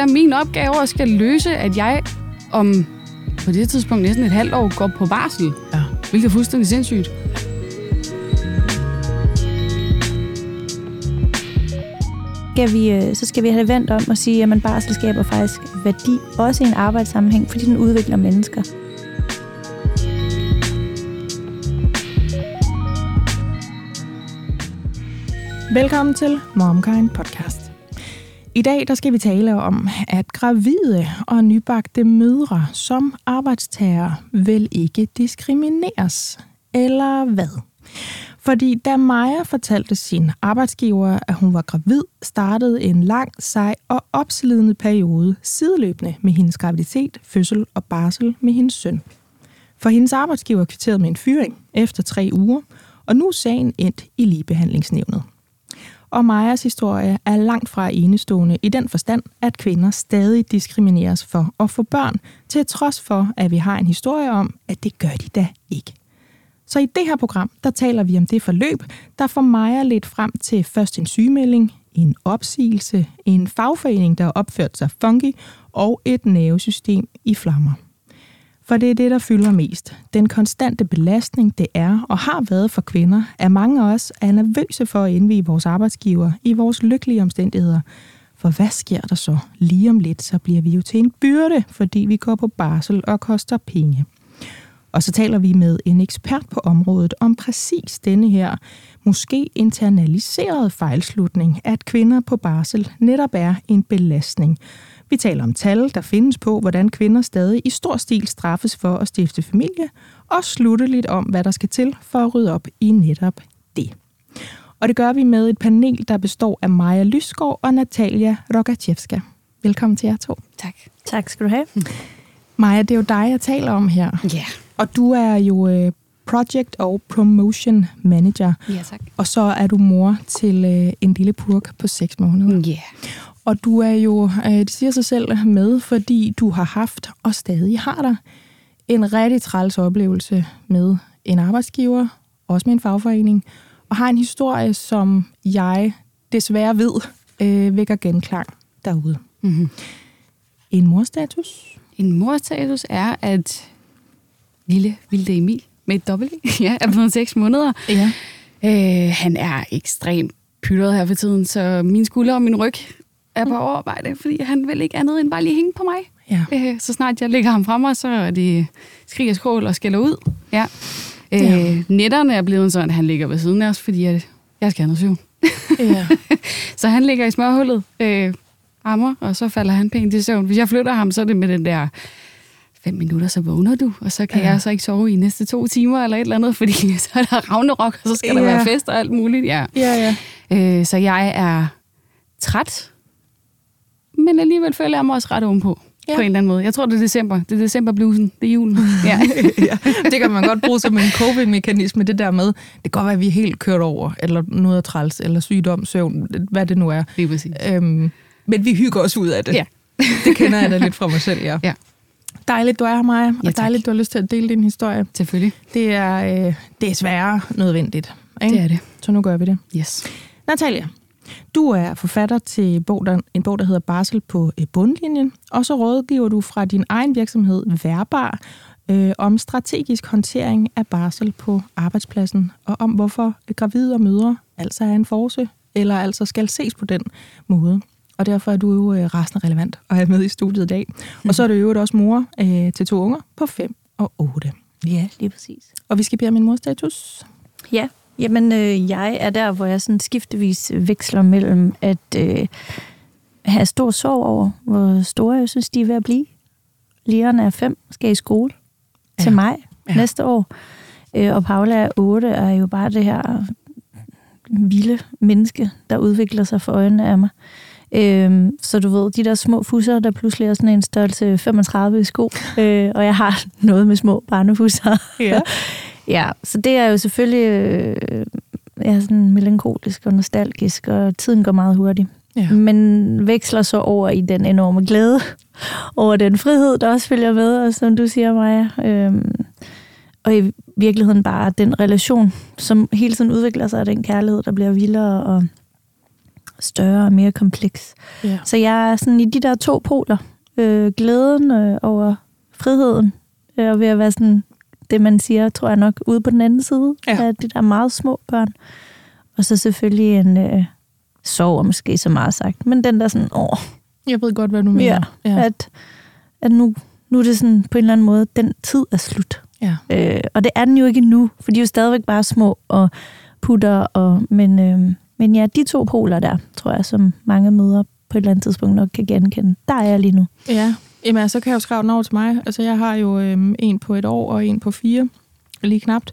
min opgave at skal løse, at jeg om på det tidspunkt næsten et halvt år går på barsel. Ja. Hvilket er fuldstændig sindssygt. Så skal vi have det vendt om og sige, at barsel skaber faktisk værdi, også i en arbejdssammenhæng, fordi den udvikler mennesker. Velkommen til MomKind Podcast. I dag der skal vi tale om, at gravide og nybagte mødre som arbejdstagere vel ikke diskrimineres, eller hvad? Fordi da Maja fortalte sin arbejdsgiver, at hun var gravid, startede en lang, sej og opslidende periode sideløbende med hendes graviditet, fødsel og barsel med hendes søn. For hendes arbejdsgiver kvitterede med en fyring efter 3 uger, og nu er sagen endt i ligebehandlingsnævnet. Og Majas historie er langt fra enestående i den forstand, at kvinder stadig diskrimineres for at få børn, til trods for, at vi har en historie om, at det gør de da ikke. Så i det her program, der taler vi om det forløb, der får Maja lidt frem til først en sygemelding, en opsigelse, en fagforening, der har opført sig funky, og et nervesystem i flammer. For det er det, der fylder mest. Den konstante belastning, det er og har været for kvinder, at mange af os er nervøse for at indvie vores arbejdsgiver i vores lykkelige omstændigheder. For hvad sker der så? Lige om lidt, så bliver vi jo til en byrde, fordi vi går på barsel og koster penge. Og så taler vi med en ekspert på området om præcis denne her, måske internaliserede fejlslutning, at kvinder på barsel netop er en belastning. Vi taler om tal, der findes på, hvordan kvinder stadig i stor stil straffes for at stifte familie, og slutteligt om, hvad der skal til for at rydde op i netop det. Og det gør vi med et panel, der består af Maja Lysgaard og Natalia Rogachevska. Velkommen til jer to. Tak. Tak skal du have. Maja, det er jo dig, jeg taler om her. Ja. Yeah. Og du er jo Project og Promotion Manager. Ja, tak. Og så er du mor til en lille purk på 6 måneder. Ja. Yeah. Og du er jo, det siger sig selv, med, fordi du har haft og stadig har der en rigtig træls oplevelse med en arbejdsgiver, også med en fagforening, og har en historie, som jeg desværre ved vækker genklang derude. Mm-hmm. En morstatus? En morstatus er, at lille Vilde Emil med et W, ja, er blevet 6 måneder. Ja. Han er ekstremt pytteret her for tiden, så min skulder og min ryg er på overarbejde, fordi han vil ikke andet end bare lige hænge på mig. Ja. Så snart jeg lægger ham fra mig, så er de skrig og skrål og skælder ud. Ja. Nætterne er blevet sådan, at han ligger ved siden af os, fordi jeg skal have noget søvn. Ja. Så han ligger i smørhullet, ammer, og så falder han pænt i søvn. Hvis jeg flytter ham, så er det med den der 5 minutter, så vågner du, og så kan jeg så ikke sove i næste 2 timer eller et eller andet, fordi så er der Ragnarok, og så skal der være fest og alt muligt. Ja. Så jeg er træt, men alligevel føler jeg mig også ret ovenpå, på en eller anden måde. Jeg tror, det er december. Det er decemberblusen. Det er julen. Ja. Ja. Det kan man godt bruge som en coping-mekanisme, det der med, det kan godt være, at vi er helt kørt over, eller noget er træls, eller sygdom, søvn, hvad det nu er. Det er præcis. Men vi hygger os ud af det. Ja. Det kender jeg da lidt fra mig selv, ja. Dejligt, du er her, Maja, og dejligt, du har lyst til at dele din historie. Selvfølgelig. Det er desværre nødvendigt. Ikke? Det er det. Så nu gør vi det. Yes. Natalia, du er forfatter til en bog, der hedder Barsel på bundlinjen, og så rådgiver du fra din egen virksomhed Værbar om strategisk håndtering af barsel på arbejdspladsen, og om hvorfor gravide og mødre altså er en force, eller altså skal ses på den måde. Og derfor er du jo rasende relevant og er med i studiet i dag. Og så er du jo også mor til 2 unger på 5 og 8. Ja, lige præcis. Og vi skal bede om en morstatus. Ja, jamen jeg er der, hvor jeg sådan skiftevis veksler mellem at have stor sorg over, hvor store jeg synes, de er ved at blive. Lirerne er 5, skal i skole til maj næste år. Og Paula er 8, er jo bare det her vilde menneske, der udvikler sig for øjnene af mig. Så du ved, de der små fusser, der pludselig er sådan en størrelse 35 i sko, og jeg har noget med små barnefusser. Ja. Ja, så det er jo selvfølgelig jeg er sådan melankolisk og nostalgisk, og tiden går meget hurtigt. Ja. Men veksler så over i den enorme glæde, over den frihed, der også følger med, og som du siger, Maja. Og i virkeligheden bare den relation, som hele tiden udvikler sig, den kærlighed, der bliver vildere, og større og mere kompleks. Ja. Så jeg er sådan i de der 2 poler. Glæden over friheden, og ved at være sådan, det man siger, tror jeg nok, ude på den anden side af de der meget små børn. Og så selvfølgelig en sorg, måske så meget sagt, men den der sådan, Jeg ved godt, hvad du mener. Ja. At nu er det sådan på en eller anden måde, den tid er slut. Ja. Og det er den jo ikke nu, for de er jo stadigvæk bare små og putter. Men ja, de 2 poler der, tror jeg, som mange mødre på et eller andet tidspunkt nok kan genkende. Der er jeg lige nu. Ja, jamen så kan jeg jo skrive den over til mig. Altså jeg har jo en på 1 år og en på 4, lige knapt.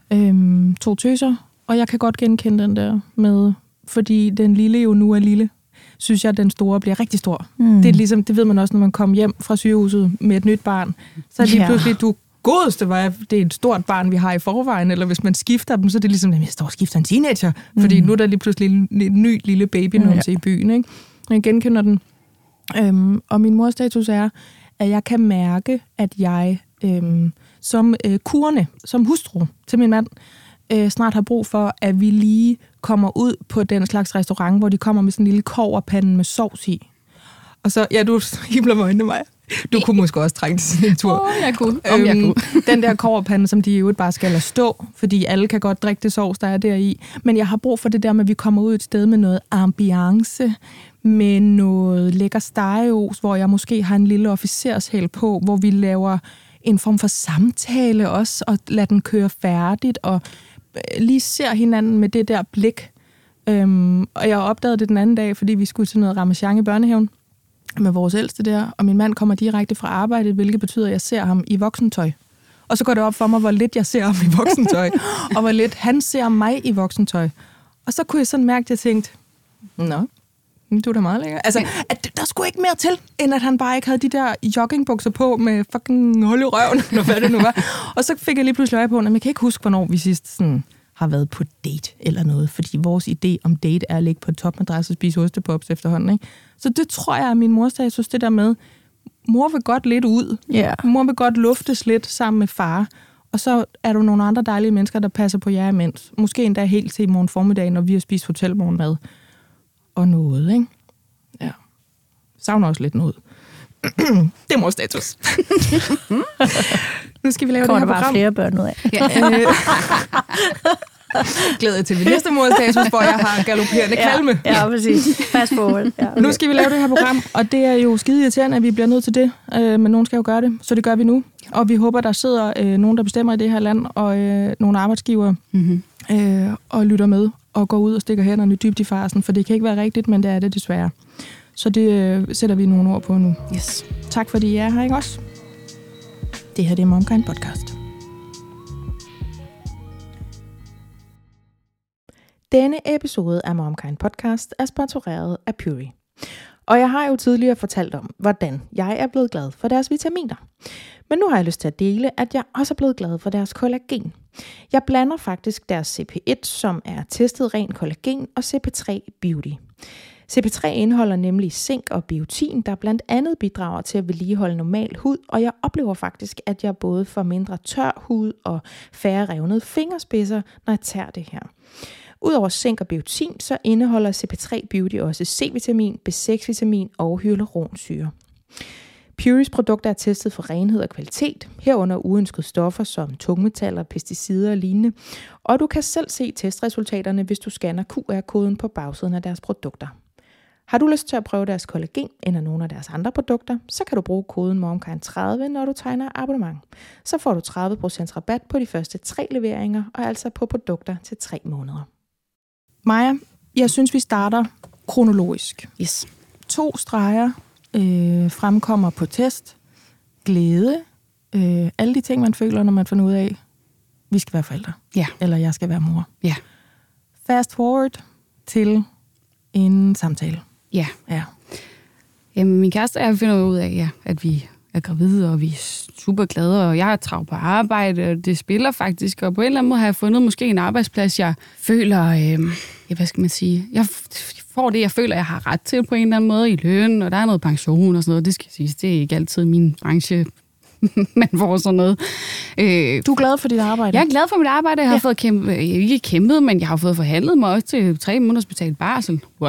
2 tøser, og jeg kan godt genkende den der med, fordi den lille jo nu er lille, synes jeg, at den store bliver rigtig stor. Det er ligesom, det ved man også, når man kommer hjem fra sygehuset med et nyt barn. Så er det lige pludselig, du godeste var, det er et stort barn, vi har i forvejen, eller hvis man skifter dem, så er det ligesom, at jeg står og skifter en teenager, fordi nu er der lige pludselig en ny lille baby, når man ser i byen, ikke? Jeg genkender den. Og min mors status er, at jeg kan mærke, at jeg som kurne, som hustru til min mand, snart har brug for, at vi lige kommer ud på den slags restaurant, hvor de kommer med sådan en lille kobberpande med sovs i. Og så, ja, du hibler mig ind mig. Du kunne måske også trænge til sådan en tur. Jeg kunne. Den der kobberpande, som de jo bare skal lade stå, fordi alle kan godt drikke det sovs, der er deri. Men jeg har brug for det der med, at vi kommer ud et sted med noget ambiance, med noget lækker stegeos, hvor jeg måske har en lille officershæl på, hvor vi laver en form for samtale også, og lader den køre færdigt, og lige ser hinanden med det der blik. Og jeg opdagede det den anden dag, fordi vi skulle til noget ramachan i børnehaven med vores ældste der, og min mand kommer direkte fra arbejdet, hvilket betyder, at jeg ser ham i voksentøj. Og så går det op for mig, hvor lidt jeg ser ham i voksentøj, og hvor lidt han ser mig i voksentøj. Og så kunne jeg sådan mærke, at jeg tænkte, du er da meget lækker. Altså, at der skulle ikke mere til, end at han bare ikke havde de der joggingbukser på med fucking hul i røven, eller hvad det nu var. Og så fik jeg lige pludselig øje på, at jeg kan ikke huske, hvornår vi sidst sådan har været på date eller noget, fordi vores idé om date er at ligge på et topmadras og spise ostepops efterhånden, ikke? Så det tror jeg er min mors status, det der med, mor vil godt lidt ud. Yeah. Mor vil godt luftes lidt sammen med far. Og så er der nogle andre dejlige mennesker, der passer på jer imens. Måske endda helt til i morgen formiddag, når vi har spist hotelmorgenmad. Og noget, ikke? Ja. Savner også lidt noget. Det er mors status. Nu skal vi lave det her program. Bare flere børn ud af. Glæder jeg til min næste mors status, hvor jeg har galopperende kvalme. Ja, præcis. Fast forward. Ja, okay. Nu skal vi lave det her program, og det er jo skide irriterende, at vi bliver nødt til det. Men nogen skal jo gøre det, så det gør vi nu. Og vi håber, der sidder nogen, der bestemmer i det her land, og nogle arbejdsgivere, og lytter med, og går ud og stikker hænderne dybt i farsen, for det kan ikke være rigtigt, men det er det desværre. Så det sætter vi nogle ord på nu. Yes. Tak fordi I er her, ikke også? Det her det er MomKind Podcast. Denne episode af MomKind Podcast er sponsoreret af Pury. Og jeg har jo tidligere fortalt om, hvordan jeg er blevet glad for deres vitaminer. Men nu har jeg lyst til at dele, at jeg også er blevet glad for deres kollagen. Jeg blander faktisk deres CP1, som er testet ren kollagen, og CP3 Beauty. CP3 indeholder nemlig zink og biotin, der blandt andet bidrager til at vedligeholde normal hud, og jeg oplever faktisk, at jeg både får mindre tør hud og færre revnede fingerspidser, når jeg tager det her. Udover zink og biotin, så indeholder CP3 Beauty også C-vitamin, B6-vitamin og hyaluronsyre. Purys produkter er testet for renhed og kvalitet, herunder uønskede stoffer som tungmetaller, pesticider og lignende, og du kan selv se testresultaterne, hvis du scanner QR-koden på bagsiden af deres produkter. Har du lyst til at prøve deres kollagen eller nogle af deres andre produkter, så kan du bruge koden MomKind30, når du tegner abonnement. Så får du 30% rabat på de første 3 leveringer, og altså på produkter til 3 måneder. Maja, jeg synes, vi starter kronologisk. Yes. 2 streger fremkommer på test. Glæde. Alle de ting, man føler, når man finder ud af, vi skal være forældre. Ja. Eller jeg skal være mor. Ja. Fast forward til en samtale. Ja. Ja. Jamen, min kæreste og jeg finder ud af, at vi er gravide, og vi er super glade, og jeg er travlt på arbejde, og det spiller faktisk, og på en eller anden måde har jeg fundet måske en arbejdsplads, jeg føler, hvad skal man sige, jeg får det, jeg føler, jeg har ret til på en eller anden måde i løn, og der er noget pension og sådan noget, det skal siges, det er ikke altid min branche, man får sådan noget. Du er glad for dit arbejde? Jeg er glad for mit arbejde, jeg har fået ikke kæmpet, men jeg har fået forhandlet mig også til 3 måneders betalt barsel. What?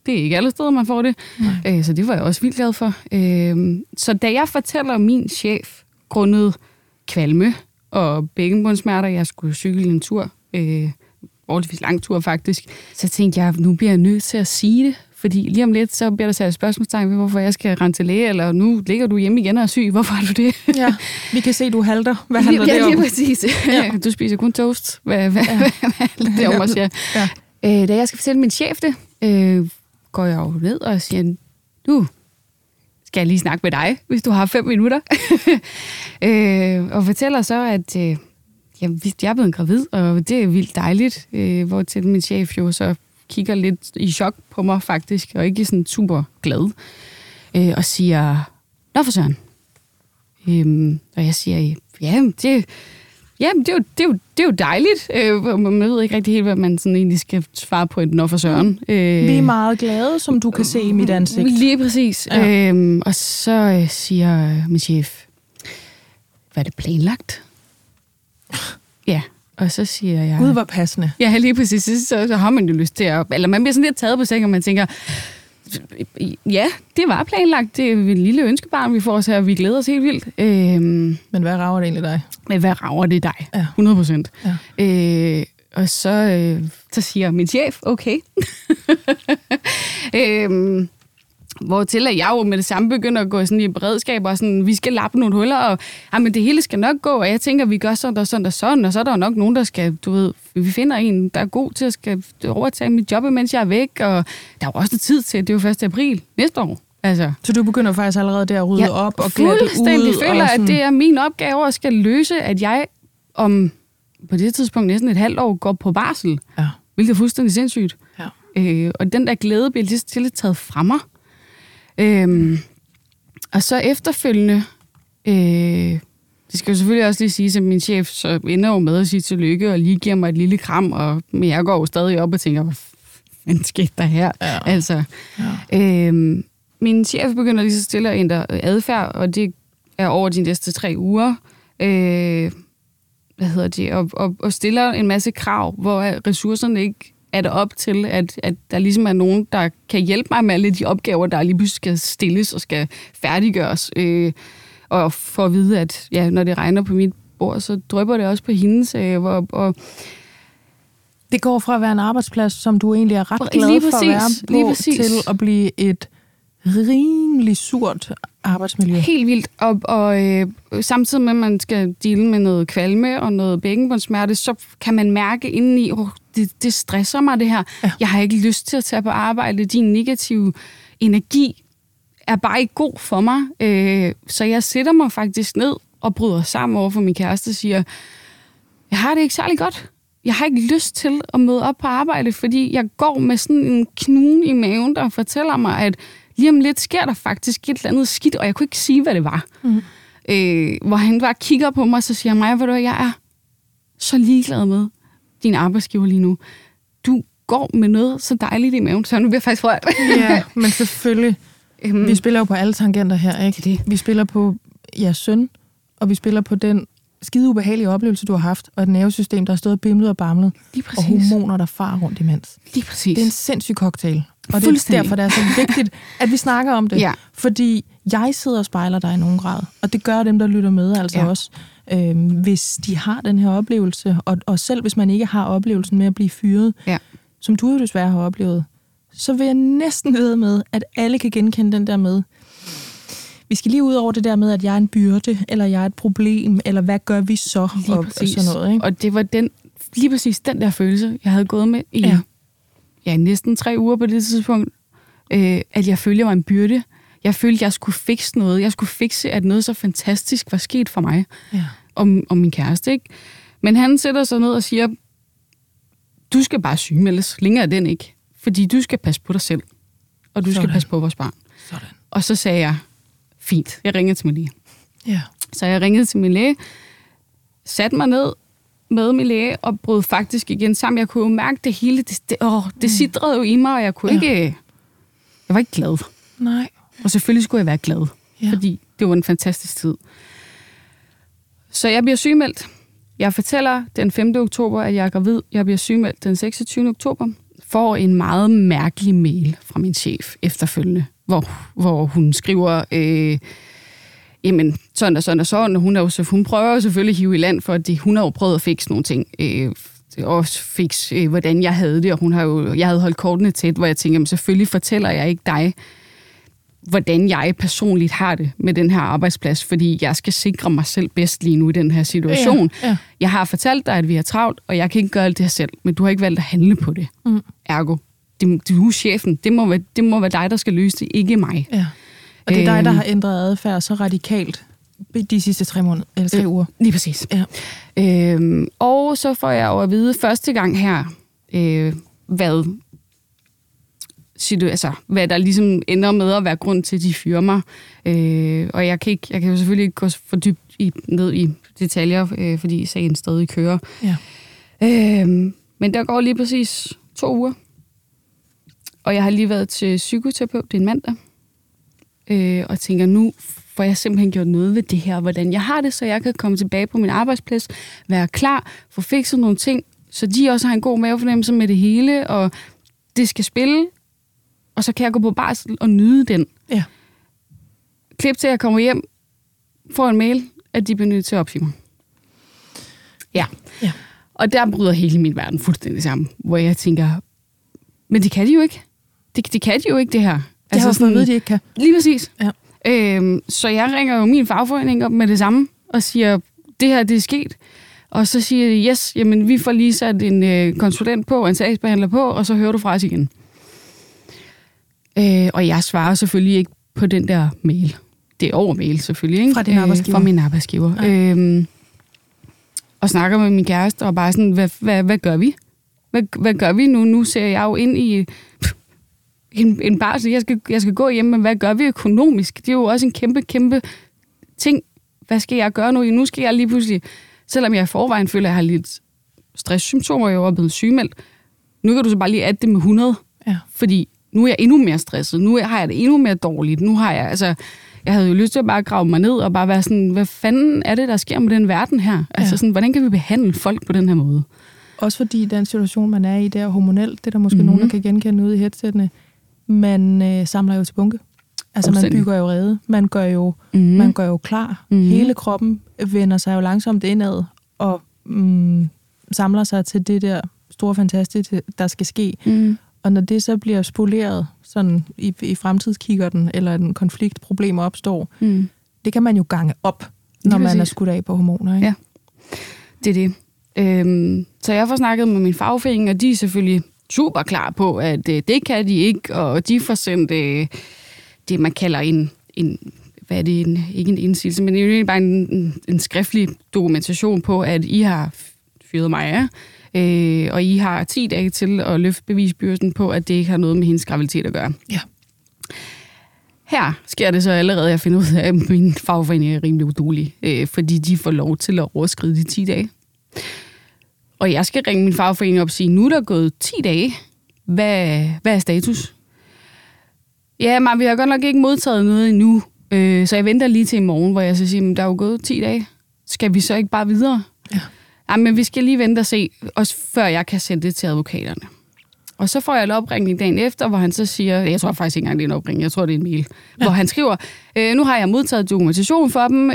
Det er ikke alle steder, man får det. Så det var jeg også vildt glad for. Så da jeg fortæller min chef, grundet kvalme og bækkenbundsmerter, jeg skulle cykle en tur, overligvis lang tur faktisk, så tænkte jeg, nu bliver jeg nødt til at sige det, fordi lige om lidt, så bliver der sat et spørgsmålstegn ved, hvorfor jeg skal rende til læge, eller nu ligger du hjemme igen og er syg, hvorfor er du det? Ja, vi kan se, du halter. Hvad handler det om? Ja, præcis. Ja. Du spiser kun toast. Hvad handler det om også, ja. Da jeg skal fortælle min chef det, går jeg jo ned og siger, nu skal jeg lige snakke med dig, hvis du har 5 minutter. Og fortæller så, at jeg er blevet gravid, og det er vildt dejligt, hvor til min chef jo så kigger lidt i chok på mig faktisk, og ikke sådan super glad, og siger, nå for søren. Og jeg siger, det er jo dejligt. Man ved ikke rigtig helt, hvad man sådan egentlig skal svare på et nå for søren. Vi er meget glade, som du kan se i mit ansigt. Lige præcis. Ja. Og så siger min chef, hvad er det planlagt? Ja, og så siger jeg... Gud, hvor passende. Ja, lige præcis. Så har man jo lyst til at... Eller man bliver sådan lidt taget på sengen, og man tænker, ja, det var planlagt. Det er et lille ønskebarn, vi får os her, og vi glæder os helt vildt. Men hvad rager det egentlig dig? Men hvad rager det dig? Ja. 100%. Ja. Og så siger min chef, okay. Hvortil at jeg jo med det samme begynder at gå sådan i beredskab, og sådan, vi skal lappe nogle huller, og men det hele skal nok gå, og jeg tænker, vi gør sådan og sådan og sådan, og så er der jo nok nogen, der skal, du ved, vi finder en, der er god til at skal overtage mit job, mens jeg er væk, og der er jo også noget tid til, det er jo 1. april næste år. Altså. Så du begynder faktisk allerede der at rydde op og glæde ud? Fuldstændig føler, at det er min opgave at skal løse, at jeg om på det tidspunkt næsten et halvt år går på barsel, hvilket er fuldstændig sindssygt. Ja. Og den der glæde bliver lige stille taget fra mig. Og så efterfølgende, det skal jo selvfølgelig også lige sige, at min chef så ender jo med at sige tillykke og lige giver mig et lille kram, men jeg går jo stadig op og tænker, hvad fanden skete der her? Ja. Altså, min chef begynder lige så stille at ændre adfærd, og det er over de næste 3 uger. Og stiller en masse krav, hvor ressourcerne ikke er det op til, at der ligesom er nogen, der kan hjælpe mig med alle de opgaver, der lige pludselig skal stilles og skal færdiggøres. Og for at vide, at når det regner på mit bord, så drypper det også på hendes. Og det går fra at være en arbejdsplads, som du egentlig er ret glad for at være på, til at blive et rimelig surt arbejdsmiljø. Helt vildt. Og samtidig med, at man skal deale med noget kvalme og noget bækkenbundsmerte, så kan man mærke indeni, det stresser mig det her. Ja. Jeg har ikke lyst til at tage på arbejde. Din negative energi er bare ikke god for mig. Så jeg sætter mig faktisk ned og bryder sammen over for min kæreste og siger, jeg har det ikke særlig godt. Jeg har ikke lyst til at møde op på arbejde, fordi jeg går med sådan en knude i maven, der fortæller mig, at lige om lidt sker der faktisk et eller andet skidt, og jeg kunne ikke sige, hvad det var. Hvor han bare kigger på mig, så siger han, jeg er så ligeglad med din arbejdsgiver lige nu. Du går med noget så dejligt i maven, så nu bliver jeg faktisk rørt. Ja, men selvfølgelig. Vi spiller jo på alle tangenter her, ikke? Det. Vi spiller på jeres søn, og vi spiller på den skide ubehagelige oplevelse, du har haft, og et nervesystem, der har stået bimlet og bamlet, og hormoner, der farer rundt imens. Lige præcis. Det er en sindssyg cocktail. Og det er derfor, det er så vigtigt, at vi snakker om det. Ja. Fordi jeg sidder og spejler dig i nogen grad, og det gør dem, der lytter med altså også. Hvis de har den her oplevelse, og selv hvis man ikke har oplevelsen med at blive fyret, som du jo desværre har oplevet, så vil jeg næsten ved med, at alle kan genkende den der med, vi skal lige ud over det der med, at jeg er en byrde, eller jeg er et problem, eller hvad gør vi så? Lige præcis. Og sådan noget, ikke? Og det var lige præcis den der følelse, jeg havde gået med i næsten 3 uger på det tidspunkt, at jeg følte, jeg var en byrde. Jeg følte, jeg skulle fikse noget. Jeg skulle fikse, at noget så fantastisk var sket for mig og min kæreste. Ikke? Men han sætter sig ned og siger, du skal bare sygemeldes. Længere er den ikke. Fordi du skal passe på dig selv. Og du skal passe på vores barn. Sådan. Og så sagde jeg, fint, jeg ringer til min læge. Ja. Så jeg ringede til min læge, satte mig ned med min læge og brød faktisk igen sammen. Jeg kunne jo mærke det hele. Det sidrede jo i mig, og jeg kunne ikke... Jeg var ikke glad. Nej. Og selvfølgelig skulle jeg være glad, fordi det var en fantastisk tid. Så jeg bliver sygemeldt. Jeg fortæller den 5. oktober, at jeg er gravid. Jeg bliver sygemeldt den 26. oktober. får en meget mærkelig mail fra min chef efterfølgende, hvor hun skriver, jamen, sådan og sådan, og hun prøver jo selvfølgelig at hive i land, for hun har jo prøvet at fikse nogle ting, også fikse, hvordan jeg havde det, og jeg havde holdt kortene tæt, hvor jeg tænker, jamen, selvfølgelig fortæller jeg ikke dig, hvordan jeg personligt har det med den her arbejdsplads, fordi jeg skal sikre mig selv bedst lige nu i den her situation. Ja. Jeg har fortalt dig, at vi er travlt, og jeg kan ikke gøre alt det her selv, men du har ikke valgt at handle på det. Ergo, du er chefen. Det må være dig, der skal løse det, ikke mig. Ja. Og det er dig, der har ændret adfærd så radikalt de sidste 3 måneder, eller 3 uger. Lige præcis. Ja. Og så får jeg jo at vide første gang her, hvad der ligesom ender med at være grund til, de fyrer mig. Og jeg kan jo selvfølgelig ikke gå for dybt ned i detaljer, fordi sagen stadig kører. Ja. Men der går lige præcis 2 uger. Og jeg har lige været til psykoterapeut, det er en mandag. Og tænker, nu får jeg simpelthen gjort noget ved det her, hvordan jeg har det, så jeg kan komme tilbage på min arbejdsplads, være klar, få fikset nogle ting, så de også har en god mavefornemmelse med det hele, og det skal spille, og så kan jeg gå på barsel og nyde den. Ja. Klip til, at jeg kommer hjem, får en mail, at de bliver nødt til at opsige mig. Ja. Og der bryder hele min verden fuldstændig sammen, hvor jeg tænker, men det kan de jo ikke. Det kan de jo ikke, det her. Det har sådan noget, de ikke kan. Lige præcis. Ja. Så jeg ringer jo min fagforening op med det samme, og siger, det her, det er sket. Og så siger de, yes, jamen, vi får lige sat en konsulent på, en sagsbehandler på, og så hører du fra os igen. Og jeg svarer selvfølgelig ikke på den der mail. Det er over mail selvfølgelig, ikke? Fra din arbejdsgiver. Fra min arbejdsgiver. Ja. Og snakker med min kæreste, og bare sådan, hvad gør vi? Hvad gør vi nu? Nu ser jeg jo ind i en barsel. Jeg skal gå hjem, men hvad gør vi økonomisk? Det er jo også en kæmpe ting. Hvad skal jeg gøre nu? Nu skal jeg lige pludselig, selvom jeg i forvejen føler, at jeg har lidt stresssymptomer, jeg er blevet sygemeldt. Nu kan du så bare lige adde det med 100. Ja. Fordi nu er jeg endnu mere stresset. Nu har jeg det endnu mere dårligt. Nu har jeg, jeg havde jo lyst til at bare grave mig ned og bare være sådan, hvad fanden er det, der sker med den verden her? Ja. Altså sådan, hvordan kan vi behandle folk på den her måde? Også fordi den situation, man er i, det er hormonelt. Det er der måske nogen, der kan genkende ude i headsættene. Man samler jo til bunke. Altså man bygger jo rede. Man gør jo klar. Hele kroppen vender sig jo langsomt indad og samler sig til det der store fantastiske, der skal ske. Og når det så bliver spoleret sådan i fremtidskikkerten, eller en konfliktproblem opstår, det kan man jo gange op, når man er skudt af på hormoner. Ikke? Ja, det er det. Så jeg får snakket med min fagforening, og de er selvfølgelig super klar på, at det kan de ikke, og de får sendt det, man kalder ikke en indsigelse, men det er bare en skriftlig dokumentation på, at I har fyret mig af, og I har 10 dage til at løfte bevisbyrden på, at det ikke har noget med hendes graviditet at gøre. Ja. Her sker det så allerede, at jeg finder ud af, at min fagforening er rimelig uduelig, fordi de får lov til at overskride de 10 dage. Og jeg skal ringe min fagforening op og sige, nu er der gået 10 dage. Hvad er status? Ja, men vi har godt nok ikke modtaget noget endnu, så jeg venter lige til i morgen, hvor jeg så siger, der er jo gået 10 dage. Skal vi så ikke bare videre? Ja. Ja, men vi skal lige vente og se, også før jeg kan sende det til advokaterne. Og så får jeg en opringning dagen efter, hvor han så siger, jeg tror faktisk ikke engang, det er en opringning, jeg tror, det er en mail, hvor han skriver, nu har jeg modtaget dokumentation for dem,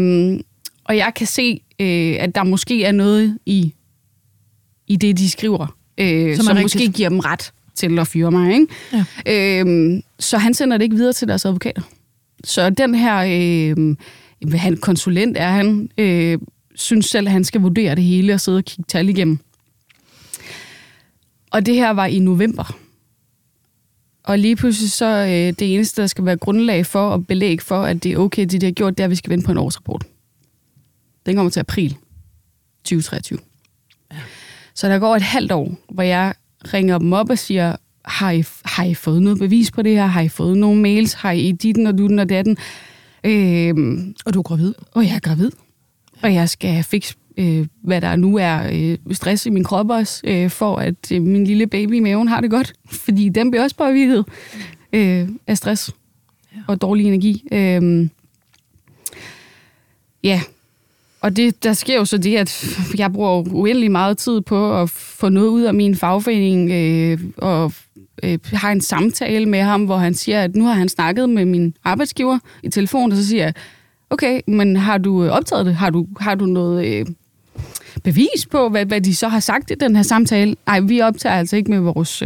og jeg kan se, at der måske er noget i det, de skriver, som måske giver dem ret til at fyre mig. Ikke? Ja. Så han sender det ikke videre til deres advokater. Så den her konsulent er han, synes selv, at han skal vurdere det hele og sidde og kigge tal igennem. Og det her var i november. Og lige pludselig så det eneste, der skal være grundlag for og belæg for, at det er okay, det de har gjort, det er, at vi skal vente på en årsrapport. Den kommer til april 2023. Ja. Så der går et halvt år, hvor jeg ringer dem op og siger, har I fået noget bevis på det her? Har I fået nogle mails? Har I ditten og dutten og datten? Og du er gravid? Og jeg er gravid. Og jeg skal fikse, hvad der nu er stress i min krop også, for at min lille baby i maven har det godt. Fordi den bliver også påvirket af stress og dårlig energi. Ja. Og der sker jo så det, at jeg bruger uendelig meget tid på at få noget ud af min fagforening, og har en samtale med ham, hvor han siger, at nu har han snakket med min arbejdsgiver i telefon, og så siger jeg, okay, men har du optaget det? Har du noget bevis på, hvad de så har sagt i den her samtale? Nej, vi optager altså ikke med vores,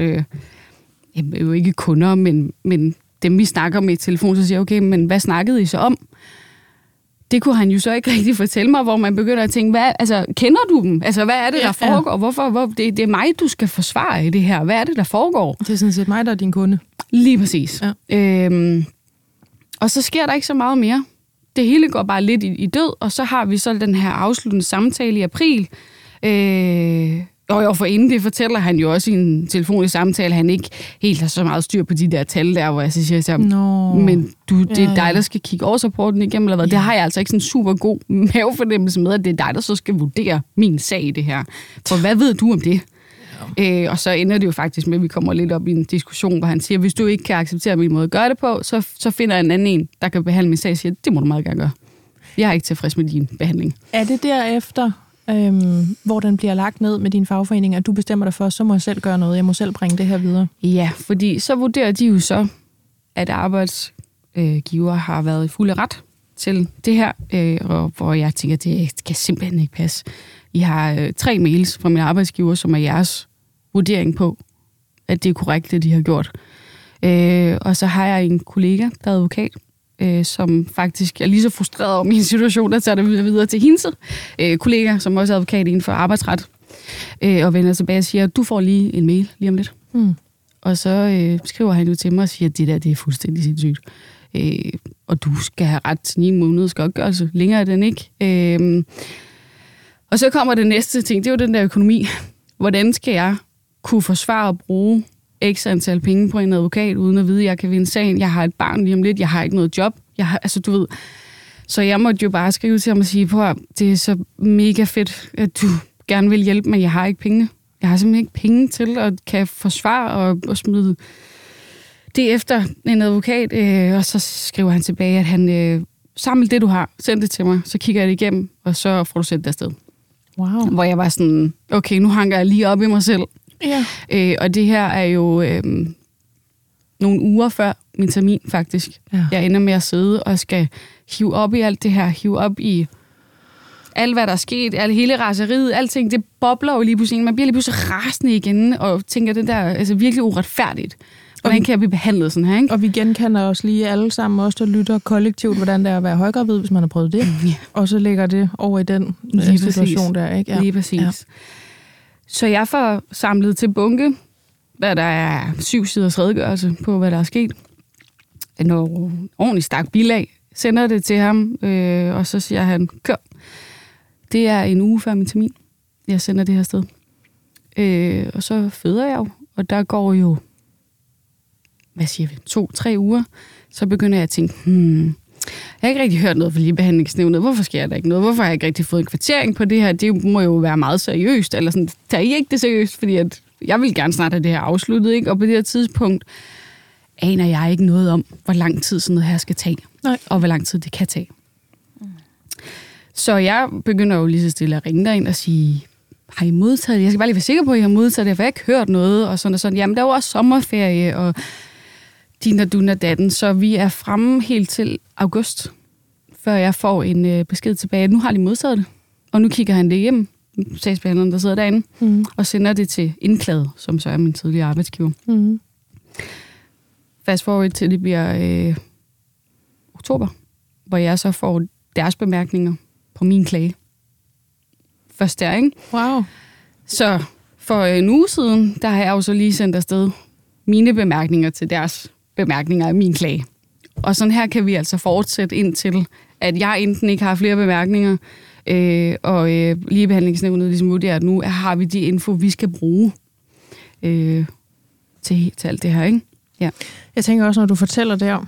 jo ikke kunder, men dem vi snakker med i telefon, så siger jeg, okay, men hvad snakkede I så om? Det kunne han jo så ikke rigtig fortælle mig, hvor man begynder at tænke, kender du dem? Altså, hvad er det, der foregår? Hvorfor? Det er mig, du skal forsvare i det her. Hvad er det, der foregår? Det er sådan set mig, der er din kunde. Lige præcis. Ja. Og så sker der ikke så meget mere. Det hele går bare lidt i død, og så har vi så den her afsluttende samtale i april. Og for inden det fortæller han jo også i en telefonisk samtale, han ikke helt har så meget styr på de der tal der, hvor jeg så siger, men det er dig, der skal kigge årsrapporten igennem, eller hvad? Det har jeg altså ikke sådan en super god mavefornemmelse med, at det er dig, der så skal vurdere min sag i det her. For hvad ved du om det? Og så ender det jo faktisk med, at vi kommer lidt op i en diskussion, hvor han siger, hvis du ikke kan acceptere min måde at gøre det på, så finder jeg en anden en, der kan behandle min sag, og siger, det må du meget gerne gøre. Jeg er ikke tilfreds med din behandling. Er det derefter, hvor den bliver lagt ned med din fagforening, at du bestemmer dig for, så må jeg selv gøre noget, jeg må selv bringe det her videre? Ja, fordi så vurderer de jo så, at arbejdsgiver har været i fuld ret til det her, og hvor jeg tænker, det kan simpelthen ikke passe. I har 3 mails fra min arbejdsgiver, som er jeres vurdering på, at det er korrekt, det de har gjort. Og så har jeg en kollega, der er advokat, som faktisk er lige så frustreret over min situation, der tager det videre til hendes kollega, som også er advokat inden for arbejdsret, og vender tilbage og siger, du får lige en mail lige om lidt. Og så skriver han jo til mig og siger, at det er fuldstændig sindssygt. Og du skal have ret til 9 måneders godtgørelse. Længere er den ikke. Og så kommer det næste ting, det er jo den der økonomi. Hvordan skal jeg kunne forsvare at bruge x antal penge på en advokat, uden at vide, at jeg kan vinde sagen? Jeg har et barn lige om lidt, jeg har ikke noget job. Du ved. Så jeg måtte jo bare skrive til ham og sige, på, det er så mega fedt, at du gerne vil hjælpe, men jeg har ikke penge. Jeg har simpelthen ikke penge til at kan forsvare og smide det efter en advokat. Og så skriver han tilbage, at han samler det, du har, send det til mig, så kigger jeg det igennem, og så får du sendt det afsted. Wow. Hvor jeg var sådan, okay, nu hanker jeg lige op i mig selv. Ja. Og det her er jo nogle uger før min termin, faktisk. Ja. Jeg ender med at sidde og skal hive op i alt det her, hive op i alt, hvad der er sket, hele raseriet, alting, det bobler jo lige pludselig. Man bliver lige pludselig rasende igen, og tænker, det der virkelig uretfærdigt. Hvordan kan jeg blive behandlet sådan her, ikke? Og vi genkender os lige alle sammen, også der lytter kollektivt, hvordan det er at være højgravid, hvis man har prøvet det. Ja. Og så lægger det over i den situation der, ikke? Ja. Lige præcis. Ja. Så jeg får samlet til bunke, hvad der er 7 siders redegørelse på, hvad der er sket. En ordentlig stak bilag, sender det til ham, og så siger han, kør. Det er en uge før min termin. Jeg sender det her sted. Og så føder jeg jo, og der går jo, hvad siger vi, 2-3 uger. Så begynder jeg at tænke, jeg har ikke rigtig hørt noget fra ligebehandlingsnævnet. Hvorfor sker der ikke noget? Hvorfor har jeg ikke rigtig fået en kvittering på det her? Det må jo være meget seriøst. Eller sådan, tager I ikke det seriøst? Fordi at jeg vil gerne snart have det her afsluttet, ikke? Og på det her tidspunkt aner jeg ikke noget om, hvor lang tid sådan noget her skal tage. Nej. Og hvor lang tid det kan tage. Så jeg begynder jo lige så stille at ringe derind og sige, har I modtaget det? Jeg skal bare lige være sikker på, at I har modtaget det, for jeg har ikke hørt noget. Og sådan og sådan. Jamen, der var også sommerferie, og din og dun og datten. Så vi er fremme helt til august, før jeg får en besked tilbage. Nu har de modtaget det. Og nu kigger han det hjem, sagsbehandleren, der sidder derinde, og sender det til indklaget, som så er min tidligere arbejdsgiver. Fast forward til, det bliver oktober, hvor jeg så får deres bemærkninger på min klage. Først der, ikke? Wow. Så for en uge siden, der har jeg jo så lige sendt afsted mine bemærkninger til deres bemærkninger af min klage. Og sådan her kan vi altså fortsætte indtil, at jeg enten ikke har flere bemærkninger, og ligebehandlingsnævnet ligesom vurderer, at nu har vi de info, vi skal bruge til alt det her, ikke? Ja. Jeg tænker også, når du fortæller der,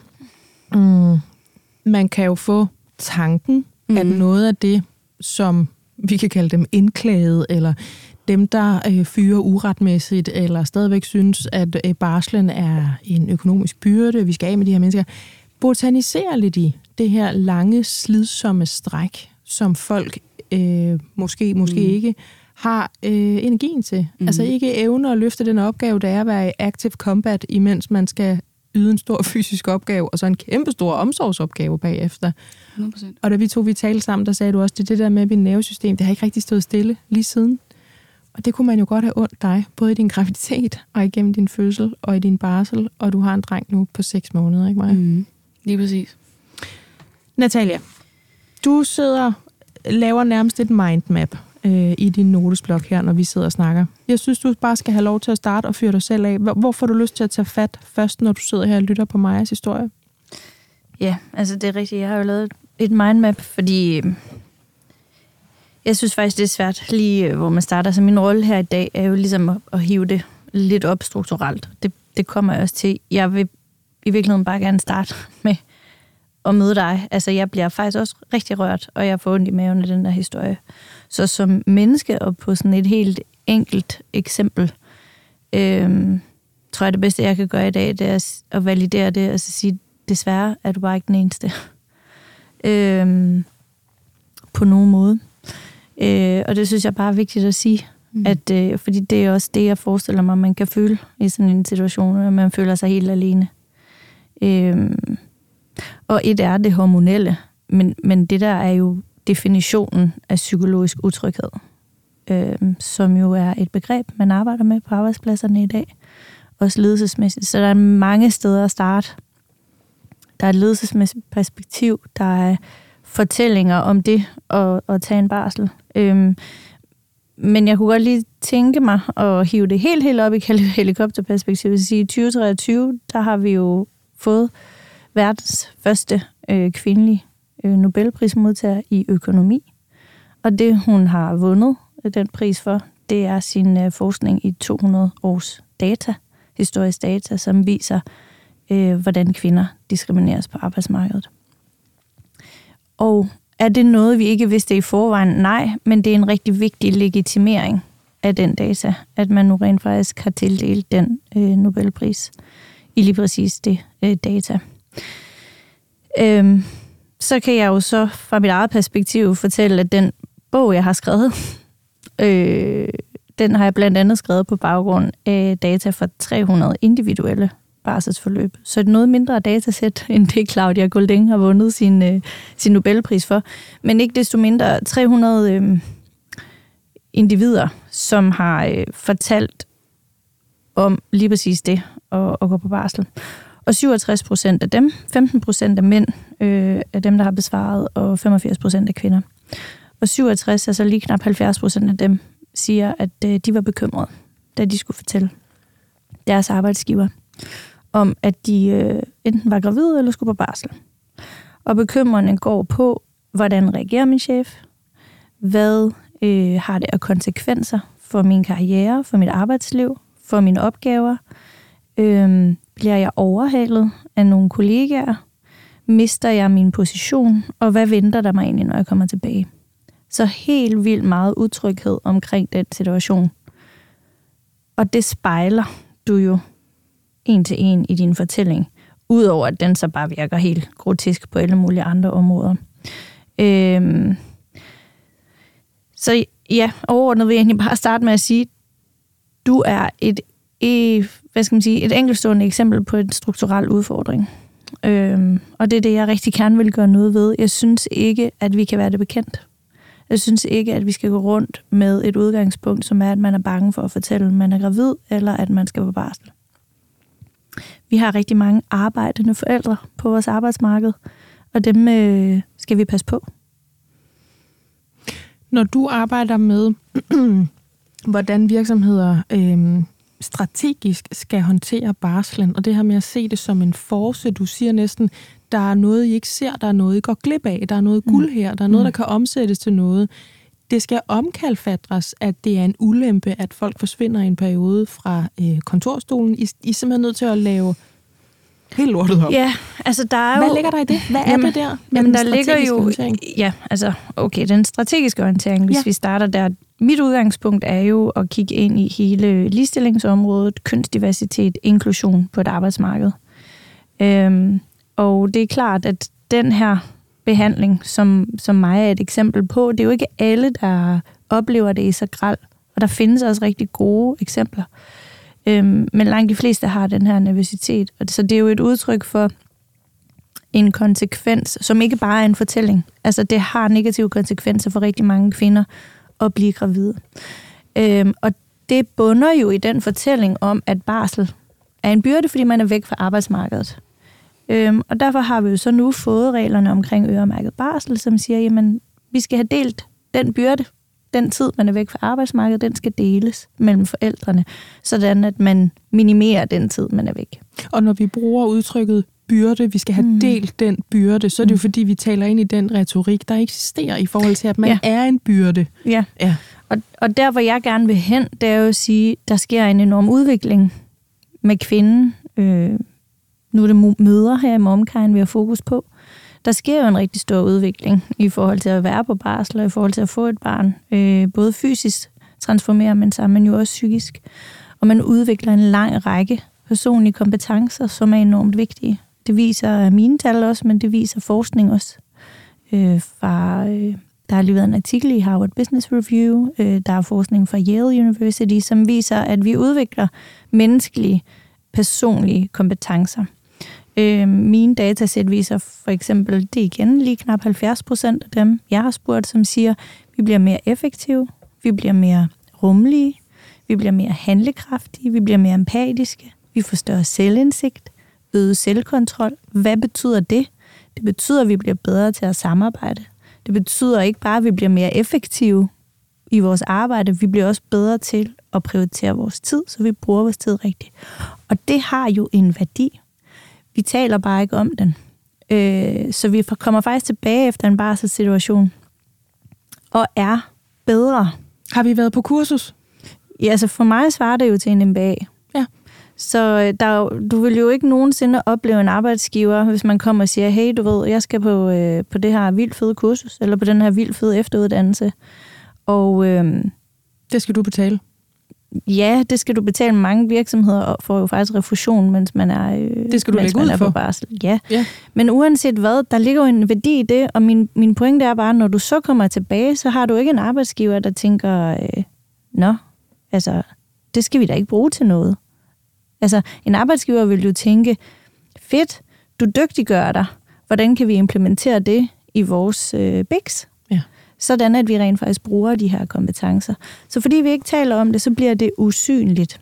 man kan jo få tanken, at noget af det, som vi kan kalde dem indklaget, eller dem, der fyrer uretmæssigt, eller stadigvæk synes, at barslen er en økonomisk byrde, vi skal af med de her mennesker, botaniserer lidt i det her lange, slidsomme stræk, som folk måske ikke, har energien til. Altså ikke evner at løfte den opgave, der er at være i active combat, imens man skal yde en stor fysisk opgave, og så en kæmpe stor omsorgsopgave bagefter. 100%. Og da vi talte sammen, der sagde du også, det der med mit nervesystem, det har ikke rigtig stået stille lige siden. Og det kunne man jo godt have ondt dig, både i din graviditet, og igennem din fødsel, og i din barsel, og du har en dreng nu på 6 måneder, ikke Maja? Lige præcis. Natalia, du laver nærmest et mindmap i din notesblok her, når vi sidder og snakker. Jeg synes, du bare skal have lov til at starte og fyre dig selv af. Hvor får du lyst til at tage fat først, når du sidder her og lytter på Majas historie? Ja, altså det er rigtigt. Jeg har jo lavet et mindmap, fordi jeg synes faktisk, det er svært lige, hvor man starter. Så min rolle her i dag er jo ligesom at hive det lidt op strukturelt. Det kommer jeg også til. Jeg vil i virkeligheden bare gerne starte med at møde dig. Altså jeg bliver faktisk også rigtig rørt, og jeg får ondt i maven af den der historie. Så som menneske, og på sådan et helt enkelt eksempel, tror jeg, det bedste, jeg kan gøre i dag, det er at validere det, og så sige, desværre er du bare ikke den eneste. På nogen måde. Og det synes jeg bare er vigtigt at sige, at, fordi det er også det, jeg forestiller mig, man kan føle i sådan en situation, at man føler sig helt alene. Og et er det hormonelle, men det der er jo definitionen af psykologisk utryghed, som jo er et begreb, man arbejder med på arbejdspladserne i dag, også ledelsesmæssigt. Så der er mange steder at starte. Der er et ledelsesmæssigt perspektiv, der er fortællinger om det at tage en barsel. Men jeg kunne godt lige tænke mig at hive det helt op i helikopterperspektiv. Det vil sige, i 2023, der har vi jo fået verdens første kvindelige Nobelprismodtager i økonomi. Og det, hun har vundet den pris for, det er sin forskning i 200 års data, historisk data, som viser, hvordan kvinder diskrimineres på arbejdsmarkedet. Og er det noget, vi ikke vidste i forvejen? Nej, men det er en rigtig vigtig legitimering af den data, at man nu rent faktisk har tildelt den Nobelpris i lige præcis det data. Så kan jeg jo så fra mit eget perspektiv fortælle, at den bog, jeg har skrevet, den har jeg blandt andet skrevet på baggrund af data fra 300 individuelle barselsforløb. Så et noget mindre datasæt, end det Claudia Golding har vundet sin Nobelpris for. Men ikke desto mindre 300 individer, som har fortalt om lige præcis det at gå på barsel. Og 67% af dem, 15% af mænd, af dem, der har besvaret, og 85% af kvinder. Og 67, altså lige knap 70% af dem, siger, at de var bekymrede, da de skulle fortælle deres arbejdsgiver om, at de enten var gravide eller skulle på barsel. Og bekymringen går på, hvordan reagerer min chef? Hvad har det af konsekvenser for min karriere, for mit arbejdsliv, for mine opgaver? Bliver jeg overhalet af nogle kollegaer? Mister jeg min position? Og hvad venter der mig egentlig, når jeg kommer tilbage? Så helt vildt meget utryghed omkring den situation. Og det spejler du jo en til en i din fortælling, udover at den så bare virker helt grotesk på alle mulige andre områder. Så ja, overordnet vil jeg egentlig bare starte med at sige, du er et enkeltstående eksempel på en strukturel udfordring. Og det er det, jeg rigtig gerne vil gøre noget ved. Jeg synes ikke, at vi kan være det bekendt. Jeg synes ikke, at vi skal gå rundt med et udgangspunkt, som er, at man er bange for at fortælle, at man er gravid, eller at man skal på barsel. Vi har rigtig mange arbejdende forældre på vores arbejdsmarked, og dem skal vi passe på. Når du arbejder med, hvordan virksomheder strategisk skal håndtere barslen, og det her med at se det som en force, du siger næsten, der er noget, I ikke ser, der er noget, I går glip af, der er noget guld her, der er noget, der kan omsættes til noget. Det skal omkalfatres, at det er en ulempe, at folk forsvinder i en periode fra kontorstolen. I er simpelthen nødt til at lave helt lortet op. Ja, altså der er jo... Hvad ligger der i det? Hvad er det der? Jamen der ligger jo... Orientering? Ja, altså okay, den strategiske orientering, hvis vi starter der. Mit udgangspunkt er jo at kigge ind i hele ligestillingsområdet, kønsdiversitet, inklusion på et arbejdsmarked. Og det er klart, at den her behandling, som mig er et eksempel på. Det er jo ikke alle, der oplever det i så grelt, og der findes også rigtig gode eksempler. Men langt de fleste har den her nervøsitet, og så det er jo et udtryk for en konsekvens, som ikke bare er en fortælling. Altså det har negative konsekvenser for rigtig mange kvinder at blive gravide. Og det bunder jo i den fortælling om, at barsel er en byrde, fordi man er væk fra arbejdsmarkedet. Og derfor har vi jo så nu fået reglerne omkring øremærket barsel, som siger, jamen, vi skal have delt den byrde, den tid, man er væk fra arbejdsmarkedet, den skal deles mellem forældrene, sådan at man minimerer den tid, man er væk. Og når vi bruger udtrykket byrde, vi skal have delt den byrde, så er det jo fordi, vi taler ind i den retorik, der eksisterer i forhold til, at man er en byrde. Ja. Og der, hvor jeg gerne vil hen, det er jo at sige, der sker en enorm udvikling med kvinden. Nu er det mødre her i MomKind, vi har fokus på. Der sker jo en rigtig stor udvikling i forhold til at være på barsel og i forhold til at få et barn. Både fysisk transformerer man sig, men jo også psykisk. Og man udvikler en lang række personlige kompetencer, som er enormt vigtige. Det viser mine tal også, men det viser forskning også. Der har lige været en artikel i Harvard Business Review, der er forskning fra Yale University, som viser, at vi udvikler menneskelige, personlige kompetencer. Mine datasæt viser for eksempel, det igen lige knap 70% af dem, jeg har spurgt, som siger, at vi bliver mere effektive, vi bliver mere rummelige, vi bliver mere handlekraftige, vi bliver mere empatiske, vi får større selvindsigt, øget selvkontrol. Hvad betyder det? Det betyder, at vi bliver bedre til at samarbejde. Det betyder ikke bare, at vi bliver mere effektive i vores arbejde, vi bliver også bedre til at prioritere vores tid, så vi bruger vores tid rigtigt. Og det har jo en værdi. Vi taler bare ikke om den. Så vi kommer faktisk tilbage efter en barselssituation og er bedre. Har vi været på kursus? Ja, altså for mig svarer det jo til en MBA. Ja. Så du vil jo ikke nogensinde opleve en arbejdsgiver, hvis man kommer og siger, hey, du ved, jeg skal på det her vildt fede kursus, eller på den her vildt fede efteruddannelse. Og det skal du betale? Ja, det skal du betale. Mange virksomheder får jo faktisk refusion, mens man er, det skal du lægge ud for. På barsel. Ja. Men uanset hvad, der ligger jo en værdi i det, og min pointe er bare, når du så kommer tilbage, så har du ikke en arbejdsgiver, der tænker, altså, det skal vi da ikke bruge til noget. Altså, en arbejdsgiver vil jo tænke, fedt, du dygtiggør dig. Hvordan kan vi implementere det i vores BIX? Sådan at vi rent faktisk bruger de her kompetencer. Så fordi vi ikke taler om det, så bliver det usynligt.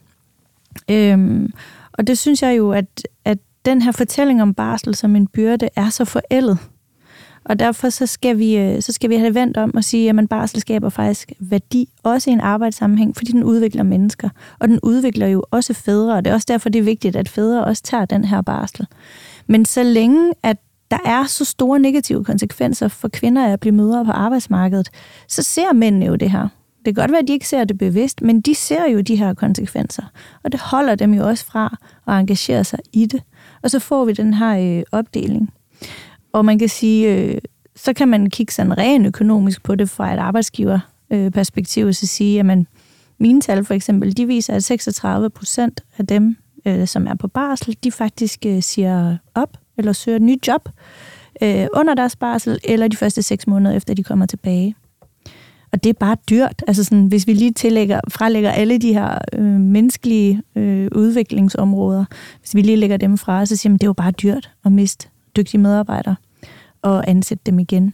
Og det synes jeg jo, at den her fortælling om barsel som en byrde er så forældet. Og derfor så skal vi have det vendt om og sige, at barsel skaber faktisk værdi, også i en arbejdssammenhæng, fordi den udvikler mennesker. Og den udvikler jo også fædre, og det er også derfor, det er vigtigt, at fædre også tager den her barsel. Men så længe, at der er så store negative konsekvenser for kvinder af at blive mødre på arbejdsmarkedet, så ser mændene jo det her. Det kan godt være, at de ikke ser det bevidst, men de ser jo de her konsekvenser. Og det holder dem jo også fra at engagere sig i det. Og så får vi den her opdeling. Og man kan sige, så kan man kigge sådan rent økonomisk på det fra et arbejdsgiverperspektiv, og så sige, at mine tal for eksempel, de viser, at 36% af dem, som er på barsel, de faktisk siger op, eller søger et nyt job under deres barsel, eller de første 6 måneder efter, de kommer tilbage. Og det er bare dyrt. Altså sådan, hvis vi lige fralægger alle de her menneskelige udviklingsområder, hvis vi lige lægger dem fra, så siger man, det er jo bare dyrt at miste dygtige medarbejdere og ansætte dem igen.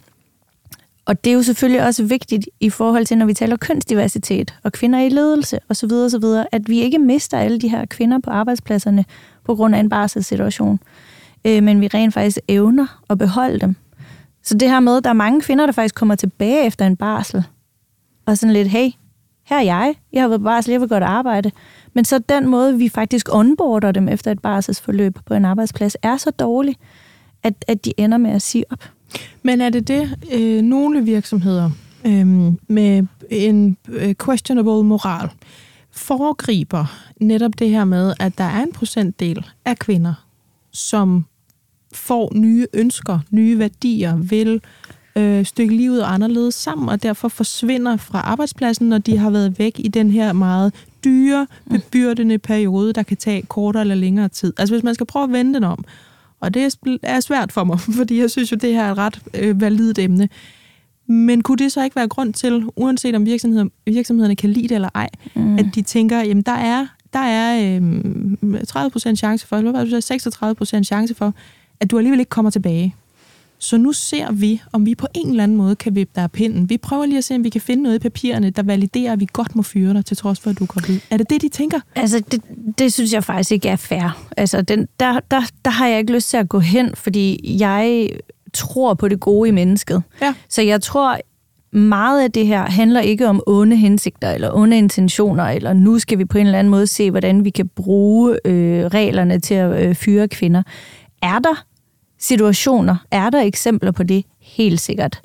Og det er jo selvfølgelig også vigtigt i forhold til, når vi taler kønsdiversitet og kvinder i ledelse osv., at vi ikke mister alle de her kvinder på arbejdspladserne på grund af en barselssituation. Men vi rent faktisk evner at beholde dem. Så det her med, at der er mange kvinder, der faktisk kommer tilbage efter en barsel, og sådan lidt, hey, her er jeg har været på barsel, jeg vil godt arbejde. Men så den måde, vi faktisk onboarder dem efter et barselsforløb på en arbejdsplads, er så dårlig, at de ender med at sige op. Men er det nogle virksomheder med en questionable moral foregriber netop det her med, at der er en procentdel af kvinder, som får nye ønsker, nye værdier, vil stykke livet anderledes sammen, og derfor forsvinder fra arbejdspladsen, når de har været væk i den her meget dyre, bebyrdende periode, der kan tage kortere eller længere tid. Altså hvis man skal prøve at vende den om, Og det er svært for mig, fordi jeg synes jo, det her er et ret validt emne. Men kunne det så ikke være grund til, uanset om virksomhederne kan lide det eller ej, at de tænker, jamen der er 30% chance for, eller 36% chance for, at du alligevel ikke kommer tilbage. Så nu ser vi, om vi på en eller anden måde kan vippe dig af pinden. Vi prøver lige at se, om vi kan finde noget i papirerne, der validerer, at vi godt må fyre dig, til trods for, at du er gravid. Er det det, de tænker? Altså, det synes jeg faktisk ikke er fair. Altså, der har jeg ikke lyst til at gå hen, fordi jeg tror på det gode i mennesket. Ja. Så jeg tror, meget af det her handler ikke om onde hensigter eller onde intentioner, eller nu skal vi på en eller anden måde se, hvordan vi kan bruge reglerne til at fyre kvinder. Er der situationer? Er der eksempler på det? Helt sikkert.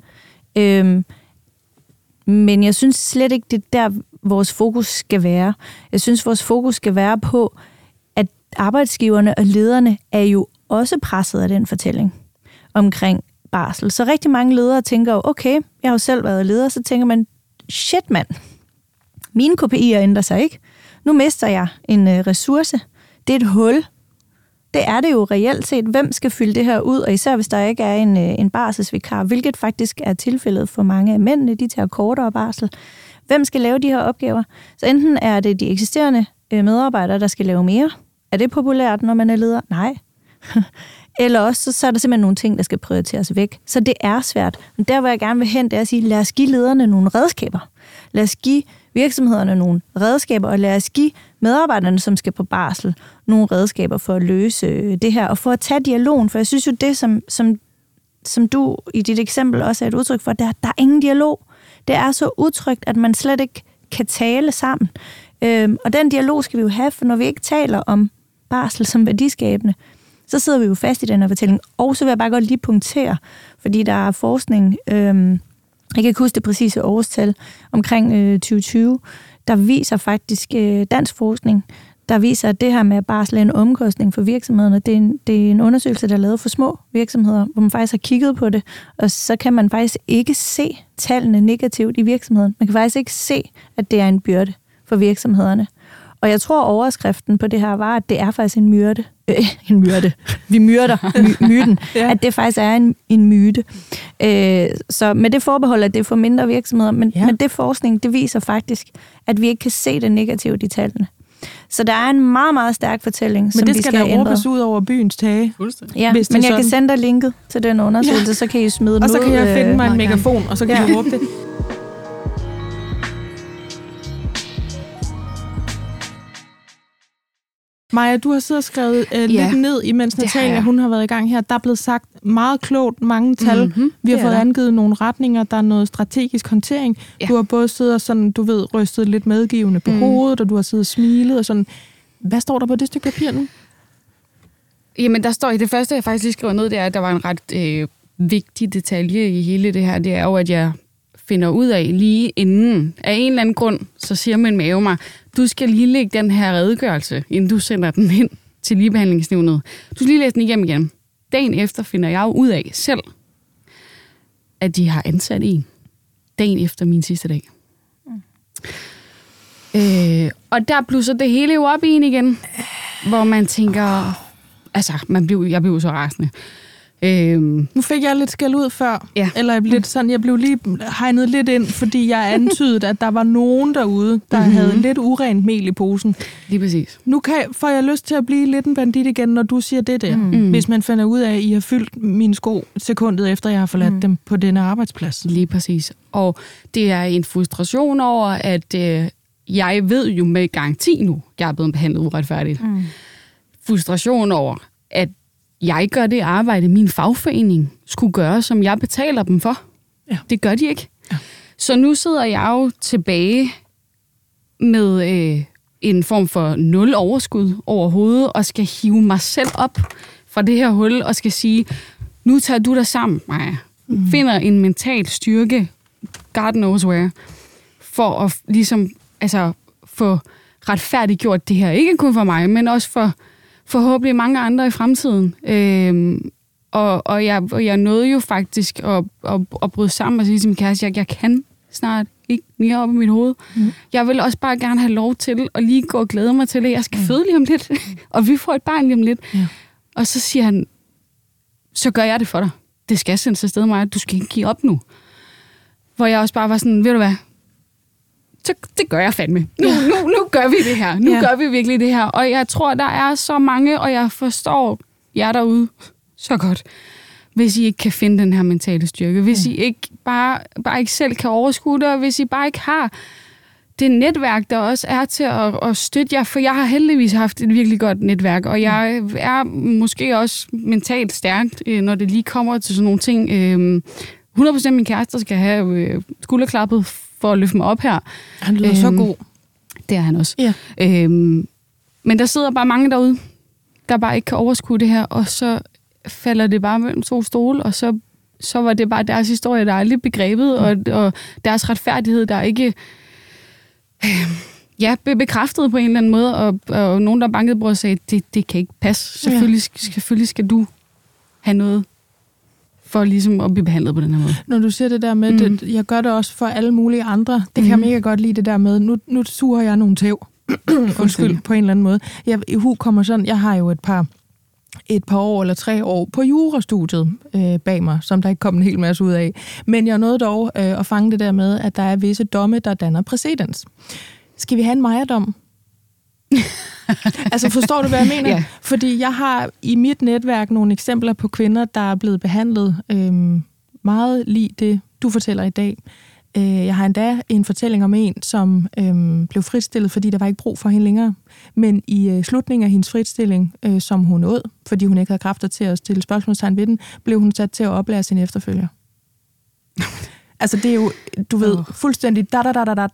Men jeg synes slet ikke, det er der, vores fokus skal være. Jeg synes, vores fokus skal være på, at arbejdsgiverne og lederne er jo også presset af den fortælling omkring barsel. Så rigtig mange ledere tænker jo, okay, jeg har jo selv været leder, så tænker man, shit mand, mine KPI'er ændrer sig ikke. Nu mister jeg en ressource. Det er et hul. Det er det jo reelt set. Hvem skal fylde det her ud? Og især hvis der ikke er en barselsvikar, hvilket faktisk er tilfældet for mange af mændene, de tager kortere barsel. Hvem skal lave de her opgaver? Så enten er det de eksisterende medarbejdere, der skal lave mere. Er det populært, når man er leder? Nej. Eller også, så er der simpelthen nogle ting, der skal prioriteres væk. Så det er svært. Men der, hvor jeg gerne vil hen, det er at sige, lad os give lederne nogle redskaber. Lad os give virksomhederne nogle redskaber, og lad os give medarbejderne, som skal på barsel, nogle redskaber for at løse det her, og for at tage dialogen. For jeg synes jo, det, som du i dit eksempel også er et udtryk for, der er ingen dialog. Det er så utrygt, at man slet ikke kan tale sammen. Og den dialog skal vi jo have, for når vi ikke taler om barsel som værdiskabende, så sidder vi jo fast i den her fortælling. Og så vil jeg bare godt lige punktere, fordi der er forskning, jeg kan ikke huske det præcise årstal, omkring 2020, der viser faktisk dansk forskning, der viser, at det her med barsel er en omkostning for virksomhederne. Det er en undersøgelse, der er lavet for små virksomheder, hvor man faktisk har kigget på det, og så kan man faktisk ikke se tallene negativt i virksomheden. Man kan faktisk ikke se, at det er en byrde for virksomhederne. Og jeg tror, overskriften på det her var, at det er faktisk en myrde. En myrde. Vi myrder myten. Ja. At det faktisk er en myte. Så med det forbehold, at det er for mindre virksomheder, men det forskning, det viser faktisk, at vi ikke kan se det negativt i tallene. Så der er en meget, meget stærk fortælling, som vi skal ændre. Men det skal da råbes ud over byens tage. Ja, men jeg kan sende dig linket til den undersøgelse, så kan I smide den ud. Og så kan jeg finde mig en megafon, og så kan I råbe det. Maja, du har siddet og skrevet lidt ned, imens Natalia hun har været i gang her. Der er blevet sagt meget klogt, mange tal. Mm-hmm. Vi har fået angivet nogle retninger, der er noget strategisk håndtering. Ja. Du har både siddet og sådan, du ved, rystet lidt medgivende på hovedet, og du har siddet og smilet og sådan. Hvad står der på det stykke papir nu? Jamen, der står i det første, jeg faktisk lige skrev ned, det er, at der var en ret vigtig detalje i hele det her. Det er jo, at jeg finder ud af lige inden. Af en eller anden grund, så siger min mave mig, du skal lige lægge den her redegørelse, inden du sender den ind til ligebehandlingsnævnet. Du skal lige læse den igennem igen. Dagen efter finder jeg jo ud af selv, at de har ansat en. Dagen efter min sidste dag. Og der blusser det hele jo op i en igen, hvor man tænker, altså, jeg blev så rasende. Nu fik jeg lidt skæld ud før, eller jeg blev lige hegnet lidt ind, fordi jeg antydede, at der var nogen derude, der havde lidt urent mel i posen. Lige præcis. Nu får jeg lyst til at blive lidt en bandit igen, når du siger det der. Hvis man finder ud af, at I har fyldt mine sko sekundet efter, jeg har forladt dem på denne arbejdsplads. Lige præcis. Og det er en frustration over, at jeg ved jo med garanti nu, jeg er blevet behandlet uretfærdigt. Frustration over, at jeg gør det arbejde, min fagforening skulle gøre, som jeg betaler dem for. Ja. Det gør de ikke. Ja. Så nu sidder jeg jo tilbage med en form for 0 overskud overhovedet, og skal hive mig selv op fra det her hul, og skal sige, nu tager du dig sammen, Maja. Finder en mental styrke, God knows where, for at ligesom, få retfærdiggjort det her. Ikke kun for mig, men også for forhåbentlig mange andre i fremtiden. Og jeg nåede jo faktisk at bryde sammen og sige til min kæreste, jeg kan snart ikke mere op i mit hoved. Jeg vil også bare gerne have lov til at lige gå og glæde mig til, at jeg skal føde lige om lidt, og vi får et barn lige om lidt. Ja. Og så siger han, så gør jeg det for dig. Det skal sendes afsted mig, du skal ikke give op nu. Hvor jeg også bare var sådan, ved du hvad, så det gør jeg fandme. Nu gør vi det her. Nu gør vi virkelig det her. Og jeg tror, der er så mange, og jeg forstår jer derude så godt, hvis I ikke kan finde den her mentale styrke. Hvis I ikke bare ikke selv kan overskue det, og hvis I bare ikke har det netværk, der også er til at støtte jer. For jeg har heldigvis haft et virkelig godt netværk, og jeg er måske også mentalt stærkt, når det lige kommer til sådan nogle ting. 100% min kæreste skal have skulderklappet for at løfte mig op her. Han lyder så god. Det er han også. Ja. Men der sidder bare mange derude, der bare ikke kan overskue det her, og så falder det bare mellem to stole, og så var det bare deres historie, der er aldrig begrebet, og deres retfærdighed, der ikke bekræftet på en eller anden måde, og nogen, der bankede på og sagde, det kan ikke passe. Selvfølgelig skal du have noget for ligesom at blive behandlet på den her måde. Når du siger det der med, det, jeg gør det også for alle mulige andre, det kan jeg mega godt lide det der med, nu suger jeg nogle tæv. Undskyld, på en eller anden måde. Jeg har jo et par år eller 3 år på jurastudiet bag mig, som der ikke kom en hel masse ud af. Men jeg nåede dog at fange det der med, at der er visse domme, der danner præcedens. Skal vi have en Maja-dom? Altså forstår du, hvad jeg mener? Ja. Fordi jeg har i mit netværk nogle eksempler på kvinder, der er blevet behandlet meget lige det, du fortæller i dag. Jeg har endda en fortælling om en, som blev fritstillet, fordi der var ikke brug for hende længere. Men i slutningen af hendes fritstilling, som hun nåede, fordi hun ikke havde kræfter til at stille spørgsmålstegn ved den, blev hun sat til at oplære sin efterfølger. Altså det er jo, du ved, fuldstændig da.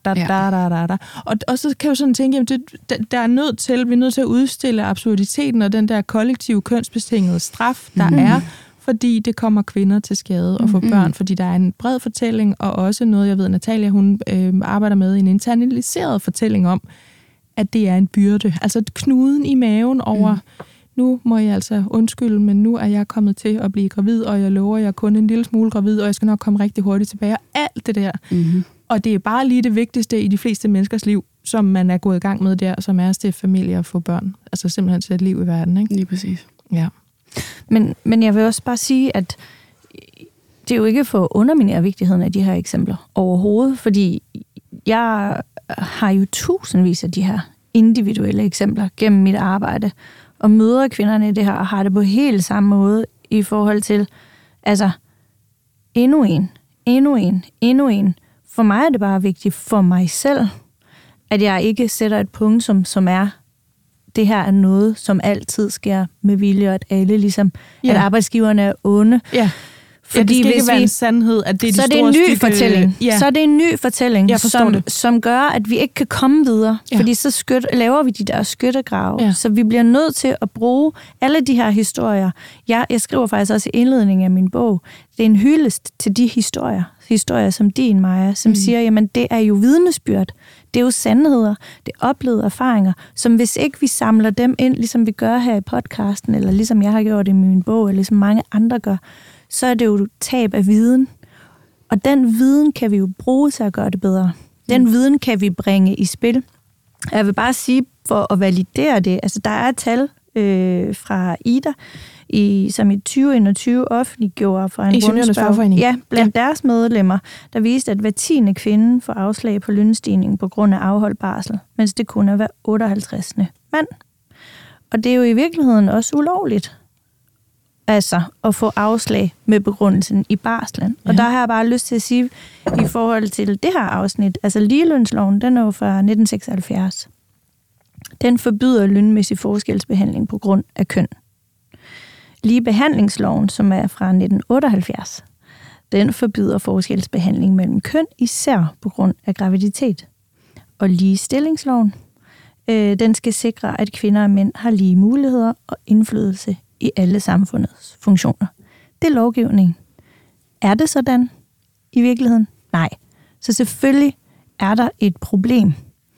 Og så kan jeg jo sådan tænke, jamen vi er nødt til at udstille absurditeten og den der kollektive kønsbetingede straf, der er, fordi det kommer kvinder til skade og for børn, fordi der er en bred fortælling, og også noget, jeg ved, Natalia, hun arbejder med, en internaliseret fortælling om, at det er en byrde. Altså knuden i maven over, nu må jeg altså undskylde, men nu er jeg kommet til at blive gravid, og jeg lover, jeg er kun en lille smule gravid, og jeg skal nok komme rigtig hurtigt tilbage. Alt det der. Og det er bare lige det vigtigste i de fleste menneskers liv, som man er gået i gang med der, som er at stifte familie og få børn. Altså simpelthen sætte liv i verden, ikke? Lige præcis. Ja. Men jeg vil også bare sige, at det er jo ikke for at underminere vigtigheden af de her eksempler overhovedet, fordi jeg har jo tusindvis af de her individuelle eksempler gennem mit arbejde, og møder kvinderne i det her, og har det på helt samme måde i forhold til, altså, endnu en. For mig er det bare vigtigt for mig selv, at jeg ikke sætter et punkt, som er, det her er noget, som altid sker med vilje, og at alle ligesom, at arbejdsgiverne er onde. Ja. Fordi det skal ikke være en sandhed, at det er de store fortælling. Så er det en ny fortælling, som gør, at vi ikke kan komme videre. Ja. Fordi så laver vi de der skyttegrave. Ja. Så vi bliver nødt til at bruge alle de her historier. Jeg skriver faktisk også i indledningen af min bog, det er en hyldest til de historier som din, Maja, som siger, jamen det er jo vidnesbyrd. Det er jo sandheder, det er oplevede erfaringer, som hvis ikke vi samler dem ind, ligesom vi gør her i podcasten, eller ligesom jeg har gjort i min bog, eller ligesom mange andre gør, så er det jo tab af viden. Og den viden kan vi jo bruge til at gøre det bedre. Den viden kan vi bringe i spil. Jeg vil bare sige, for at validere det, altså der er et tal fra IDA, som i 2021 offentliggjorde fra en rundspørg blandt deres medlemmer, der viste, at hver 10. kvinde får afslag på lønstigning på grund af afholdt barsel, mens det kun er hver 58. mand. Og det er jo i virkeligheden også ulovligt, altså at få afslag med begrundelsen i barslen. Og der har jeg bare lyst til at sige, i forhold til det her afsnit, altså ligelønsloven, den er jo fra 1976. Den forbyder lønmæssig forskelsbehandling på grund af køn. Ligebehandlingsloven, som er fra 1978, den forbyder forskelsbehandling mellem køn, især på grund af graviditet. Og ligestillingsloven, den skal sikre, at kvinder og mænd har lige muligheder og indflydelse i alle samfundets funktioner. Det er lovgivning. Er det sådan i virkeligheden? Nej. Så selvfølgelig er der et problem.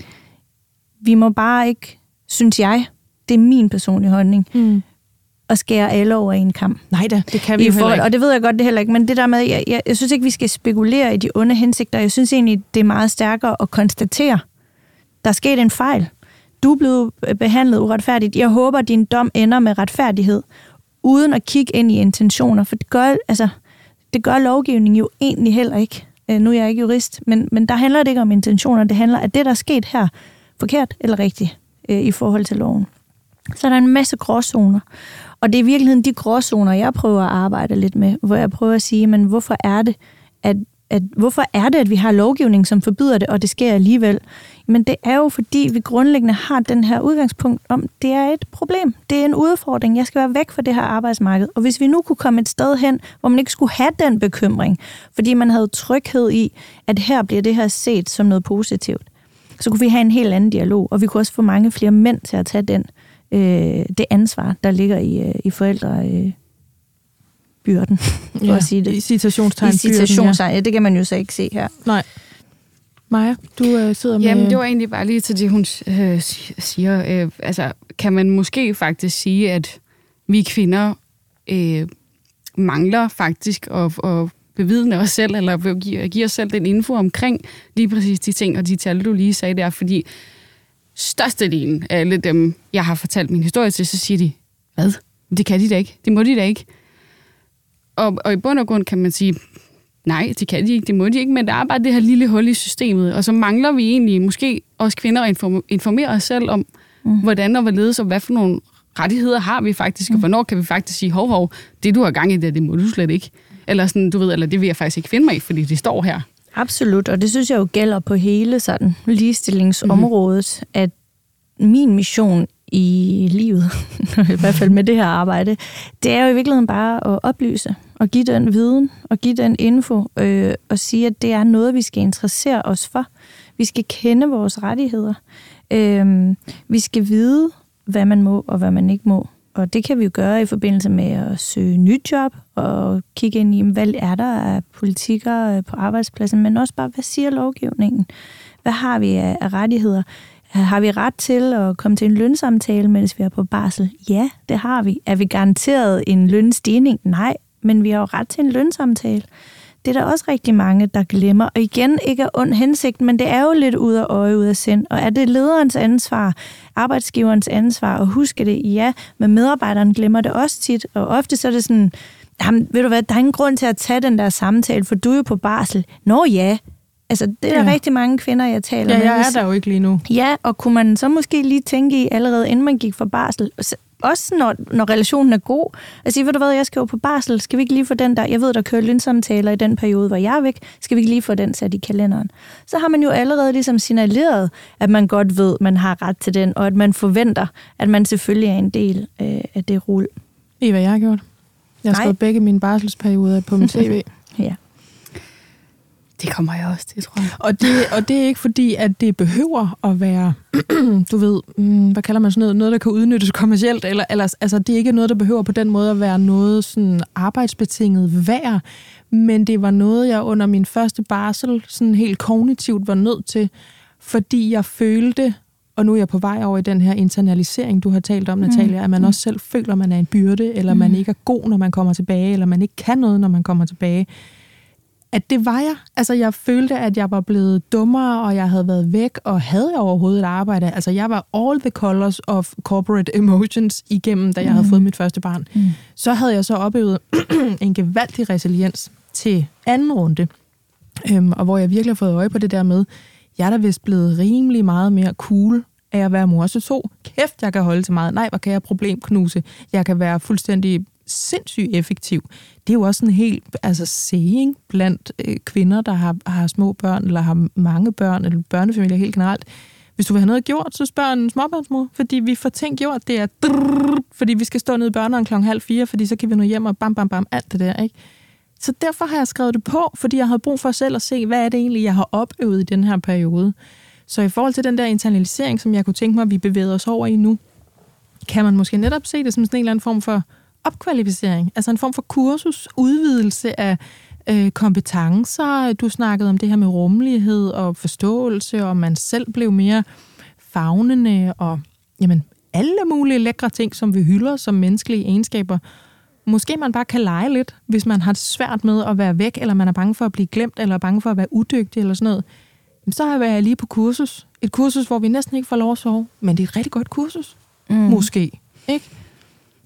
Vi må bare ikke, synes jeg, det er min personlige holdning, at skære alle over en kam. Nej da, det kan vi jo heller ikke. Og det ved jeg godt, det heller ikke, men det der med, jeg synes ikke, vi skal spekulere i de onde hensigter. Jeg synes egentlig, det er meget stærkere at konstatere, der er sket en fejl. Du er blevet behandlet uretfærdigt. Jeg håber, din dom ender med retfærdighed. uden at kigge ind i intentioner, for det gør lovgivning jo egentlig heller ikke. Nu er jeg ikke jurist, men der handler det ikke om intentioner, det handler, at det, der er sket her, forkert eller rigtigt i forhold til loven. Så er der en masse gråzoner. Og det er i virkeligheden de gråzoner, jeg prøver at arbejde lidt med, hvor jeg prøver at sige, men hvorfor er det, at vi har lovgivning, som forbyder det, og det sker alligevel? Men det er jo, fordi vi grundlæggende har den her udgangspunkt om, det er et problem. Det er en udfordring. Jeg skal være væk fra det her arbejdsmarked. Og hvis vi nu kunne komme et sted hen, hvor man ikke skulle have den bekymring, fordi man havde tryghed i, at her bliver det her set som noget positivt, så kunne vi have en helt anden dialog, og vi kunne også få mange flere mænd til at tage det ansvar, der ligger i forældrebyrden, for at sige det. I citationstegn. Ja. Det kan man jo så ikke se her. Nej. Maja, du sidder med... Jamen, det var egentlig bare lige til det, hun siger. Kan man måske faktisk sige, at vi kvinder mangler faktisk at bevidne os selv, eller give os selv den info omkring lige præcis de ting, og de tal, du lige sagde der, fordi størstedelen af alle dem, jeg har fortalt min historie til, så siger de, hvad? Det kan de da ikke. Det må de da ikke. Og i bund og grund kan man sige, nej, det kan de ikke, det må de ikke, men der er bare det her lille hul i systemet, og så mangler vi egentlig måske også kvinder at informere os selv om, hvordan og hvorledes, og hvad for nogle rettigheder har vi faktisk, og hvornår kan vi faktisk sige, hov, det du har gang i det må du slet ikke. Eller sådan, du ved, eller det vil jeg faktisk ikke finde mig i, fordi det står her. Absolut, og det synes jeg jo gælder på hele sådan ligestillingsområdet, at min mission i livet, i hvert fald med det her arbejde, det er jo i virkeligheden bare at oplyse og give den viden og give den info og sige, at det er noget, vi skal interessere os for. Vi skal kende vores rettigheder. Vi skal vide, hvad man må og hvad man ikke må. Og det kan vi jo gøre i forbindelse med at søge nyt job og kigge ind i, hvad er der af politikker på arbejdspladsen, men også bare, hvad siger lovgivningen? Hvad har vi af rettigheder? Har vi ret til at komme til en lønsamtale, mens vi er på barsel? Ja, det har vi. Er vi garanteret en lønstigning? Nej, men vi har jo ret til en lønsamtale. Det er der også rigtig mange, der glemmer. Og igen, ikke af ond hensigt, men det er jo lidt ud af øje, ud af sind. Og er det lederens ansvar, arbejdsgiverens ansvar at huske det? Ja, men medarbejderen glemmer det også tit. Og ofte så er det sådan, jamen, ved du hvad, der er ingen grund til at tage den der samtale, for du er jo på barsel. Nå ja, altså det er der rigtig mange kvinder, jeg taler med. Ja, jeg er der jo ikke lige nu. Ja, og kunne man så måske lige tænke i, allerede inden man gik fra barsel, også når relationen er god, at sige, ved du hvad, jeg skal jo på barsel, skal vi ikke lige få den der, jeg ved, der kører lønsamtaler i den periode, hvor jeg er væk, skal vi ikke lige få den sat i kalenderen? Så har man jo allerede ligesom signaleret, at man godt ved, man har ret til den, og at man forventer, at man selvfølgelig er en del af det rul. Ved I, hvad jeg har gjort? Jeg har skrevet begge mine barselsperioder på min CV. Ja. Det kommer jeg også til, tror jeg. Og det er ikke fordi, at det behøver at være, du ved, hvad kalder man sådan noget der kan udnyttes kommercielt, eller altså det er ikke noget, der behøver på den måde at være noget sådan arbejdsbetinget værd, men det var noget, jeg under min første barsel sådan helt kognitivt var nødt til, fordi jeg følte, og nu er jeg på vej over i den her internalisering, du har talt om, Natalia, at man også selv føler, at man er en byrde, eller man ikke er god, når man kommer tilbage, eller man ikke kan noget, når man kommer tilbage. At det var jeg. Altså, jeg følte, at jeg var blevet dummere, og jeg havde været væk, og havde jeg overhovedet et arbejde. Altså, jeg var all the colors of corporate emotions igennem, da jeg havde fået mit første barn. Så havde jeg så oplevet en gevaldig resiliens til anden runde, og hvor jeg virkelig har fået øje på det der med, jeg er da vist blevet rimelig meget mere cool af at være mor. Så 2, kæft, jeg kan holde til meget. Nej, hvor kan jeg problemknuse. Jeg kan være fuldstændig sindssygt effektiv. Det er jo også en helt saying blandt kvinder, der har små børn, eller har mange børn, eller børnefamilier helt generelt. Hvis du vil have noget gjort, så spørg en småbørnsmor, fordi vi får ting gjort, det er fordi vi skal stå nede i børneren 3:30, fordi så kan vi nå hjem og bam, bam, bam, alt det der, ikke? Så derfor har jeg skrevet det på, fordi jeg havde brug for selv at se, hvad er det egentlig, jeg har opøvet i den her periode. Så i forhold til den der internalisering, som jeg kunne tænke mig, at vi bevæger os over i nu, kan man måske netop se det som sådan en eller anden form for opkvalificering, altså en form for kursus, udvidelse af kompetencer. Du snakkede om det her med rummelighed og forståelse, og man selv blev mere favnende, og jamen, alle mulige lækre ting, som vi hylder som menneskelige egenskaber. Måske man bare kan lege lidt, hvis man har det svært med at være væk, eller man er bange for at blive glemt, eller bange for at være udygtig, eller sådan noget. Så har jeg lige på kursus. Et kursus, hvor vi næsten ikke får lov at sove, men det er et rigtig godt kursus. Måske, ikke?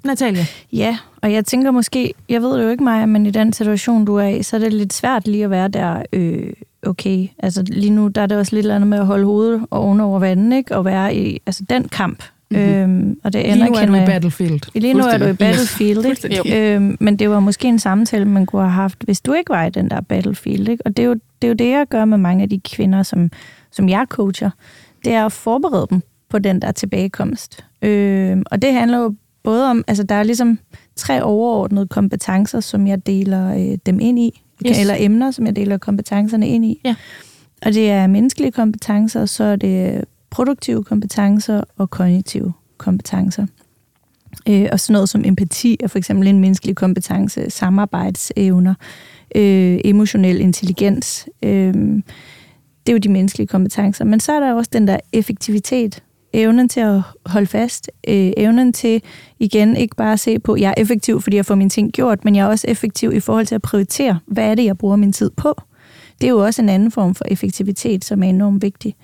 Natalia? Ja, og jeg tænker måske, jeg ved det jo ikke mig, men i den situation, du er i, så er det lidt svært lige at være der, okay. Altså lige nu, der er det også lidt andet med at holde hovedet over vandet, ikke? Og være i den kamp. Og det lige nu er du i battlefield. Lige nu er du i battlefield, ikke? Men det var måske en samtale, man kunne have haft, hvis du ikke var i den der battlefield, ikke? Og det er jo det, jeg gør med mange af de kvinder, som jeg coacher. Det er at forberede dem på den der tilbagekomst. Og det handler jo både om, altså der er ligesom 3 overordnede kompetencer, som jeg deler dem ind i, eller emner, som jeg deler kompetencerne ind i. Ja. Og det er menneskelige kompetencer, så er det produktive kompetencer og kognitive kompetencer. Og sådan noget som empati er for eksempel en menneskelig kompetence, samarbejdsevner, emotionel intelligens. Det er jo de menneskelige kompetencer. Men så er der også den der effektivitet, evnen til at holde fast, evnen til igen ikke bare at se på, jeg er effektiv, fordi jeg får mine ting gjort, men jeg er også effektiv i forhold til at prioritere, hvad er det, jeg bruger min tid på. Det er jo også en anden form for effektivitet, som er enormt vigtig.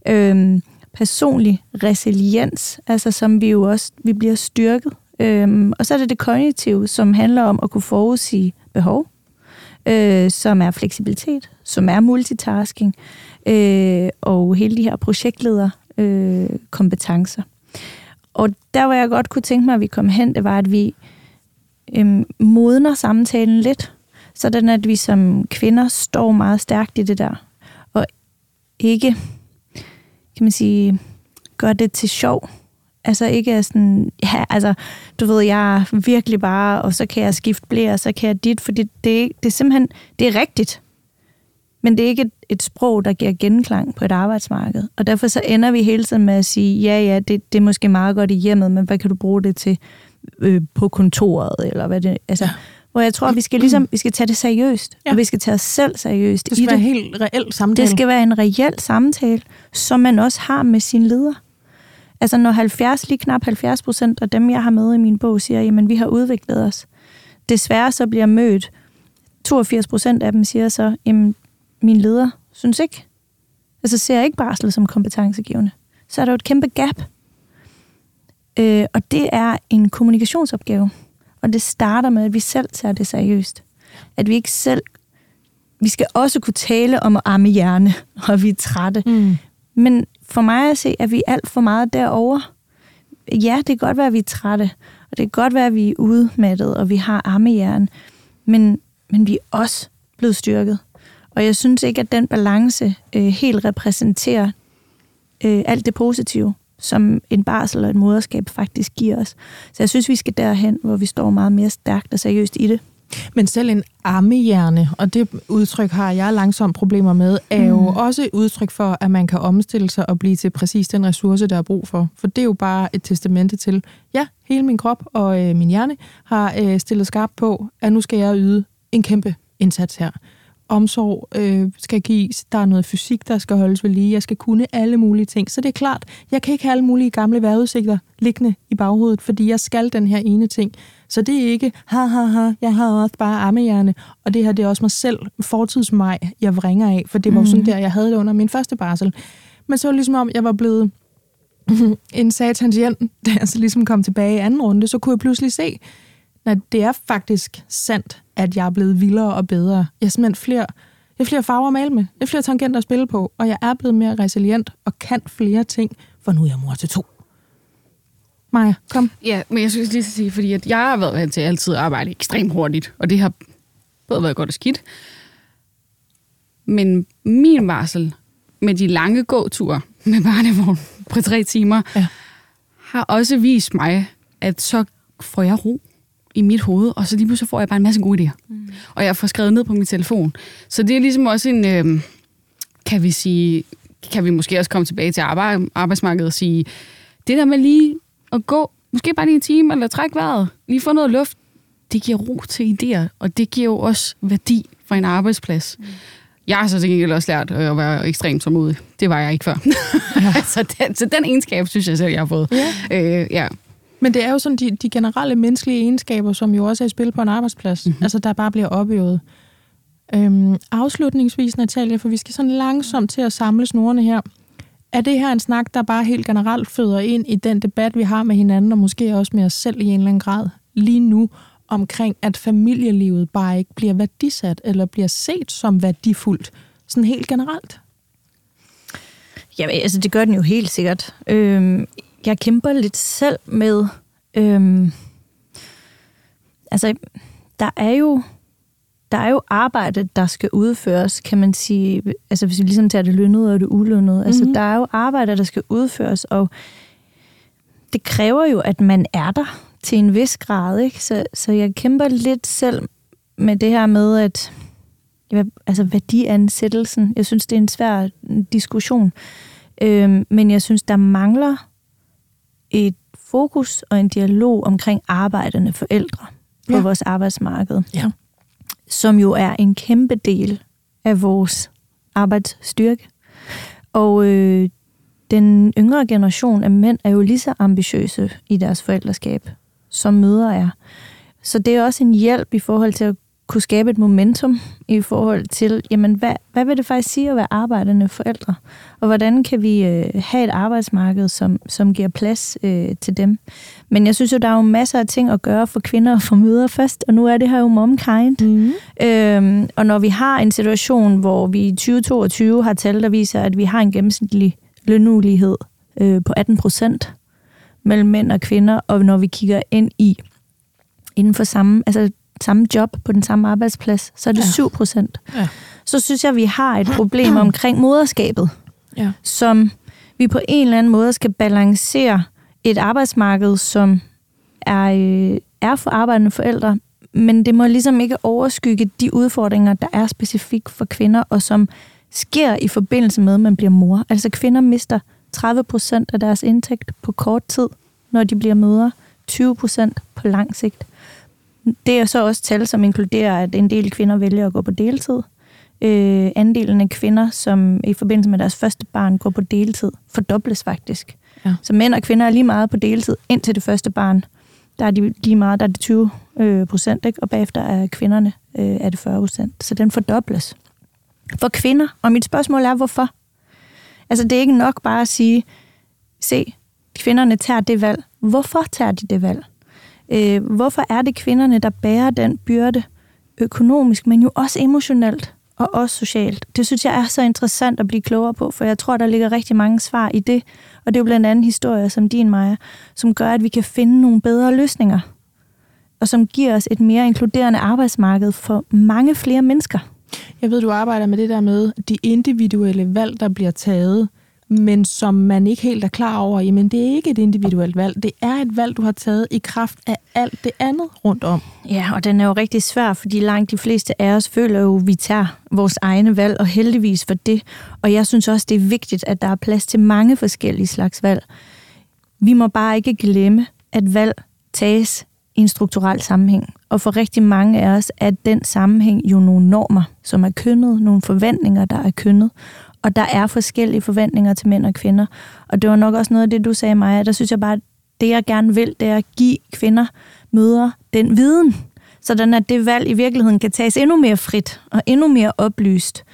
Personlig resiliens, altså som vi bliver styrket. Og så er det kognitive, som handler om at kunne forudsige behov, som er fleksibilitet, som er multitasking, og hele de her projektleder kompetencer. Og der, hvor jeg godt kunne tænke mig, at vi kom hen, det var, at vi modner samtalen lidt, sådan at vi som kvinder står meget stærkt i det der, og ikke, kan man sige, gør det til sjov. Altså ikke er sådan, ja, altså, du ved, jeg er virkelig bare, og så kan jeg skifte blære, og så kan jeg dit, for det er simpelthen, det er rigtigt. Men det er ikke et sprog, der giver genklang på et arbejdsmarked. Og derfor så ender vi hele tiden med at sige, ja, det er måske meget godt i hjemmet, men hvad kan du bruge det til på kontoret, eller hvad det, altså, hvor jeg tror, at vi skal tage det seriøst, og vi skal tage os selv seriøst. Det skal være en helt reel samtale. Det skal være en reel samtale, som man også har med sin leder. Altså når lige knap 70% af dem, jeg har med i min bog, siger, jamen vi har udviklet os. Desværre så bliver mødt, 82% af dem siger så, jamen min leder synes ikke. Altså ser jeg ikke barsel som kompetencegivende. Så er der jo et kæmpe gap. Og det er en kommunikationsopgave. Og det starter med, at vi selv tager det seriøst. At vi ikke selv... Vi skal også kunne tale om at amme hjerne, og vi er trætte. Men for mig at se, at vi alt for meget derovre. Ja, det kan godt være, at vi er trætte. Og det kan godt være, at vi er udmattet, og vi har ammehjerne. Men vi er også blevet styrket. Og jeg synes ikke, at den balance helt repræsenterer alt det positive, som en barsel og et moderskab faktisk giver os. Så jeg synes, vi skal derhen, hvor vi står meget mere stærkt og seriøst i det. Men selv en ammehjerne, og det udtryk har jeg langsomt problemer med, er jo også et udtryk for, at man kan omstille sig og blive til præcis den ressource, der er brug for. For det er jo bare et testamente til, ja, hele min krop og min hjerne har stillet skarpt på, at nu skal jeg yde en kæmpe indsats her. Omsorg skal gives, der er noget fysik, der skal holdes ved lige, jeg skal kunne alle mulige ting. Så det er klart, jeg kan ikke have alle mulige gamle vejrudsigter liggende i baghovedet, fordi jeg skal den her ene ting. Så det er ikke, jeg har også bare ammehjerne, og det her det er også mig selv, fortidsmig, jeg vringer af, for det var jo sådan der, jeg havde det under min første barsel. Men så var det ligesom om, jeg var blevet en satans jen, da jeg så ligesom kom tilbage i anden runde, så kunne jeg pludselig se, at det er faktisk sandt, at jeg er blevet vildere og bedre. Jeg er simpelthen flere farver at male med. Jeg er flere tangenter at spille på, og jeg er blevet mere resilient og kan flere ting, for nu er jeg mor til 2. Maja, kom. Ja, men jeg synes lige sige, fordi at jeg har været vant til at altid arbejde ekstremt hurtigt, og det har både været godt og skidt. Men min barsel med de lange gåture med barnevogn på 3 timer, har også vist mig, at så får jeg ro i mit hoved, og så lige pludselig får jeg bare en masse gode idéer. Og jeg får skrevet ned på min telefon. Så det er ligesom også en, kan vi måske også komme tilbage til arbejdsmarkedet og sige, det der med lige at gå, måske bare lige en time, eller trække vejret, lige få noget luft, det giver ro til idéer, og det giver jo også værdi for en arbejdsplads. Jeg har så til gengæld også lært at være ekstremt tålmodig. Det var jeg ikke før. så den egenskab, synes jeg selv, jeg har fået. Ja. Men det er jo sådan de generelle menneskelige egenskaber, som jo også er i spil på en arbejdsplads. Altså, der bare bliver opøvet. Afslutningsvis, Natalia, for vi skal sådan langsomt til at samle snorene her. Er det her en snak, der bare helt generelt føder ind i den debat, vi har med hinanden, og måske også med os selv i en eller anden grad lige nu, omkring at familielivet bare ikke bliver værdisat, eller bliver set som værdifuldt, sådan helt generelt? Ja, altså det gør den jo helt sikkert. Jeg kæmper lidt selv med... altså, der er jo arbejde, der skal udføres, kan man sige. Altså, hvis vi ligesom tager det lønnede og det ulønnede. Mm-hmm. Altså, der er jo arbejde, der skal udføres, og det kræver jo, at man er der til en vis grad, ikke? Så jeg kæmper lidt selv med det her med, at altså værdiansættelsen, jeg synes, det er en svær diskussion. Men jeg synes, der mangler et fokus og en dialog omkring arbejdende forældre på vores arbejdsmarked. Ja. Som jo er en kæmpe del af vores arbejdsstyrke. Og den yngre generation af mænd er jo lige så ambitiøse i deres forældreskab, som mødre er. Så det er også en hjælp i forhold til at kunne skabe et momentum i forhold til, jamen, hvad vil det faktisk sige at være arbejdende forældre? Og hvordan kan vi have et arbejdsmarked, som giver plads til dem? Men jeg synes jo, der er jo masser af ting at gøre for kvinder og for mødre først, og nu er det her jo MomKind. Mm-hmm. Og når vi har en situation, hvor vi i 2022 har tal, der viser, at vi har en gennemsnitlig lønulighed på 18% mellem mænd og kvinder, og når vi kigger ind inden for samme job på den samme arbejdsplads, så er det 7%. Ja. Så synes jeg, at vi har et problem omkring moderskabet, som vi på en eller anden måde skal balancere et arbejdsmarked, som er for arbejdende forældre, men det må ligesom ikke overskygge de udfordringer, der er specifikt for kvinder, og som sker i forbindelse med, at man bliver mor. Altså kvinder mister 30% af deres indtægt på kort tid, når de bliver mødre, 20% på lang sigt. Det er så også tal, som inkluderer, at en del kvinder vælger at gå på deltid. Andelen af kvinder, som i forbindelse med deres første barn går på deltid, fordobles faktisk. Ja. Så mænd og kvinder er lige meget på deltid indtil det første barn. Der er de lige meget, der er det 20%, ikke? Og bagefter er kvinderne er det 40%. Så den fordobles. For kvinder, og mit spørgsmål er, hvorfor? Altså, det er ikke nok bare at sige, se, kvinderne tager det valg. Hvorfor tager de det valg? Hvorfor er det kvinderne, der bærer den byrde økonomisk, men jo også emotionelt og også socialt? Det synes jeg er så interessant at blive klogere på, for jeg tror, der ligger rigtig mange svar i det. Og det er jo blandt andet historier som din, Maja, som gør, at vi kan finde nogle bedre løsninger, og som giver os et mere inkluderende arbejdsmarked for mange flere mennesker. Jeg ved, du arbejder med det der med de individuelle valg, der bliver taget, men som man ikke helt er klar over, jamen det er ikke et individuelt valg. Det er et valg, du har taget i kraft af alt det andet rundt om. Ja, og den er jo rigtig svær, fordi langt de fleste af os føler jo, at vi tager vores egne valg, og heldigvis for det. Og jeg synes også, det er vigtigt, at der er plads til mange forskellige slags valg. Vi må bare ikke glemme, at valg tages i en strukturel sammenhæng. Og for rigtig mange af os er den sammenhæng jo nogle normer, som er kønnet, nogle forventninger, der er kønnet. Og der er forskellige forventninger til mænd og kvinder. Og det var nok også noget af det, du sagde, Maja. Der synes jeg bare, at det jeg gerne vil, det er at give kvinder, mødre, den viden. Sådan at det valg i virkeligheden kan tages endnu mere frit og endnu mere oplyst.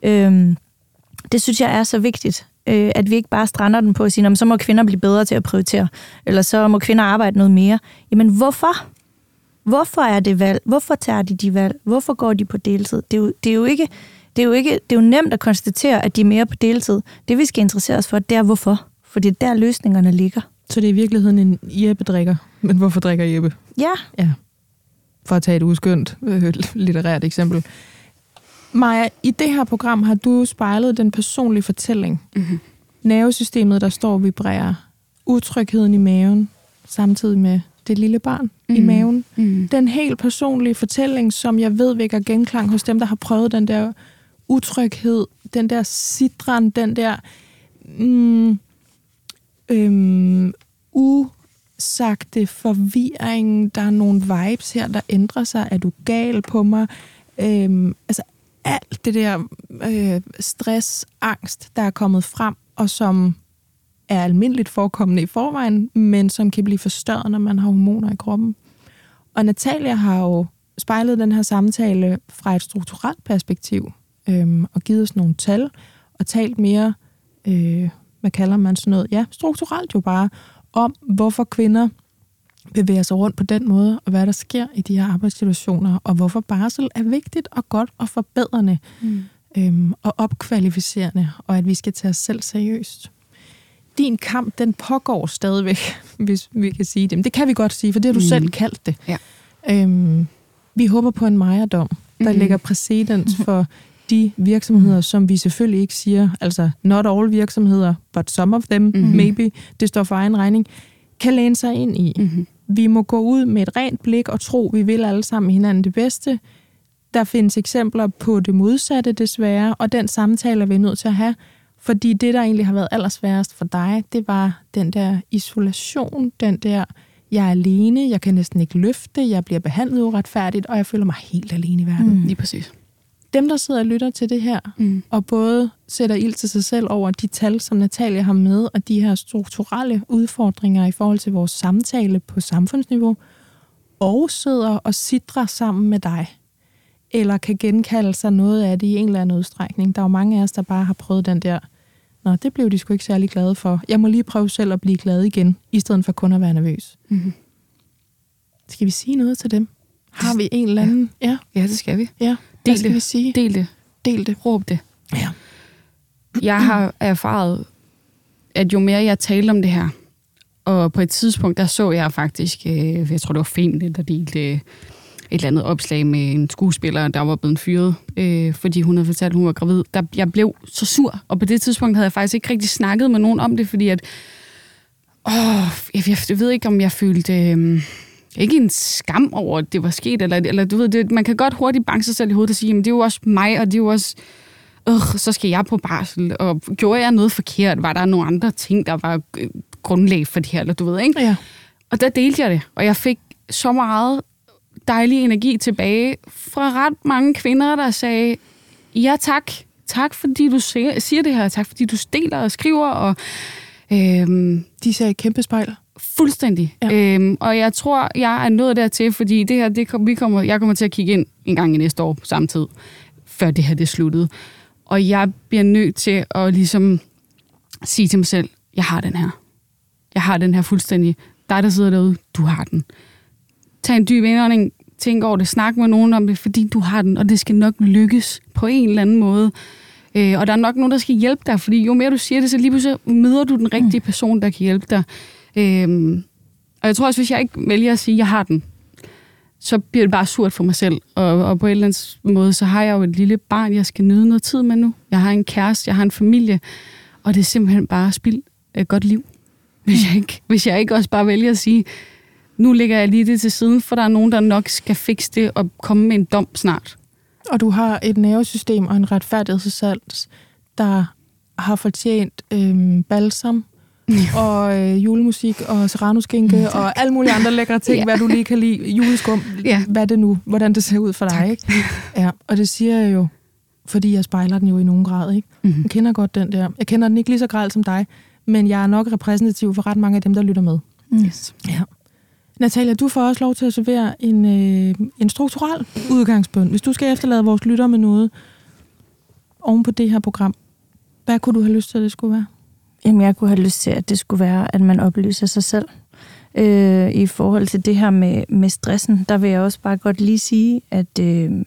Det synes jeg er så vigtigt. At vi ikke bare strander den på at sige, så må kvinder blive bedre til at prioritere. Eller så må kvinder arbejde noget mere. Jamen hvorfor? Hvorfor er det valg? Hvorfor tager de valg? Hvorfor går de på deltid? Det er jo nemt at konstatere, at de er mere på deltid. Det, vi skal interessere os for, det er hvorfor. For det er der løsningerne ligger. Så det er i virkeligheden en Jeppe-drikker. Men hvorfor drikker Jeppe? Ja. For at tage et uskyndt litterært eksempel. Maja, i det her program har du spejlet den personlige fortælling. Mm-hmm. Nervesystemet, der står og vibrerer. Utrygheden i maven, samtidig med det lille barn i maven. Mm-hmm. Den helt personlige fortælling, som jeg ved vækker genklang hos dem, der har prøvet den der utryghed, den der sidren, den der usagte forvirring. Der er nogle vibes her, der ændrer sig. Er du gal på mig? Altså alt det der stress, angst, der er kommet frem, og som er almindeligt forekommende i forvejen, men som kan blive forstørret, når man har hormoner i kroppen. Og Natalia har jo spejlet den her samtale fra et strukturelt perspektiv, og givet os nogle tal, og talt mere hvad kalder man sådan noget? Ja, strukturelt jo bare, om hvorfor kvinder bevæger sig rundt på den måde, og hvad der sker i de her arbejdssituationer, og hvorfor barsel er vigtigt og godt og forbedrende og opkvalificerende, og at vi skal tage os selv seriøst. Din kamp, den pågår stadigvæk, hvis vi kan sige det. Men det kan vi godt sige, for det har du selv kaldt det. Ja. Vi håber på en Meyer-dom, der lægger præcedens for de virksomheder, som vi selvfølgelig ikke siger, altså not all virksomheder, but some of them, maybe, det står for egen regning, kan læne sig ind i. Vi må gå ud med et rent blik og tro, vi vil alle sammen hinanden det bedste. Der findes eksempler på det modsatte desværre, og den samtale er vi nødt til at have, fordi det, der egentlig har været allersværest for dig, det var den der isolation, den der, jeg er alene, jeg kan næsten ikke løfte, jeg bliver behandlet uretfærdigt, og jeg føler mig helt alene i verden. Lige præcis. Dem, der sidder og lytter til det her, og både sætter ild til sig selv over de tal, som Natalia har med, og de her strukturelle udfordringer i forhold til vores samtale på samfundsniveau, og sidder og sidrer sammen med dig, eller kan genkalde sig noget af det i en eller anden udstrækning. Der er jo mange af os, der bare har prøvet den der, nå, det blev de sgu ikke særlig glade for. Jeg må lige prøve selv at blive glad igen, i stedet for kun at være nervøs. Skal vi sige noget til dem? Har vi en eller anden? Ja, det skal vi. Ja. Del det. Vi sige? Del det. Del det. Råb det. Ja. Jeg har erfaret, at jo mere jeg talte om det her, og på et tidspunkt, der så jeg faktisk, jeg tror det var Feminin, der delte et eller andet opslag med en skuespiller, der var blevet fyret, fordi hun havde fortalt, at hun var gravid. Jeg blev så sur, og på det tidspunkt havde jeg faktisk ikke rigtig snakket med nogen om det, fordi at, jeg ved ikke, om jeg følte ikke en skam over, at det var sket, eller du ved, man kan godt hurtigt banke sig selv i hovedet og sige, men det er jo også mig, og det er jo også, så skal jeg på barsel, og gjorde jeg noget forkert? Var der nogle andre ting, der var grundlag for det her, eller du ved, ikke? Ja. Og der delte jeg det, og jeg fik så meget dejlig energi tilbage fra ret mange kvinder, der sagde, ja tak, tak fordi du siger det her, tak fordi du deler og skriver, og de sagde kæmpe spejl. Fuldstændig. Ja. Og jeg tror, jeg er nået dertil, fordi det her, jeg kommer til at kigge ind en gang i næste år på samme tid, før det her det sluttede. Og jeg bliver nødt til at ligesom sige til mig selv, jeg har den her. Jeg har den her fuldstændig. Dig, der sidder derude, du har den. Tag en dyb indånding, tænk over det, snak med nogen om det, fordi du har den, og det skal nok lykkes på en eller anden måde. Og der er nok nogen, der skal hjælpe dig, fordi jo mere du siger det, så lige pludselig møder du den rigtige person, der kan hjælpe dig. Og jeg tror også, hvis jeg ikke vælger at sige, at jeg har den, så bliver det bare surt for mig selv. Og på en eller anden måde, så har jeg jo et lille barn, jeg skal nyde noget tid med nu. Jeg har en kæreste, jeg har en familie, og det er simpelthen bare spild af et godt liv. Hvis jeg ikke også bare vælger at sige, nu lægger jeg lige det til siden, for der er nogen, der nok skal fikse det og komme med en dom snart. Og du har et nervesystem og en retfærdighedssans, der har fortjent balsam og julemusik og serrano-skinke og alle mulige andre lækre ting, hvad du lige kan lide, juleskum, hvad det nu, hvordan det ser ud for dig, ikke? Ja, og det siger jeg jo, fordi jeg spejler den jo i nogen grad, ikke? Jeg kender godt den der. Jeg kender den ikke lige så grelt som dig, men jeg er nok repræsentativ for ret mange af dem, der lytter med. Yes. Ja. Natalia, du får også lov til at servere en strukturel udgangsbøn. Hvis du skal efterlade vores lytter med noget oven på det her program, hvad kunne du have lyst til, at det skulle være? Jamen, jeg kunne have lyst til, at det skulle være, at man oplyser sig selv. I forhold til det her med stressen, der vil jeg også bare godt lige sige, at 64%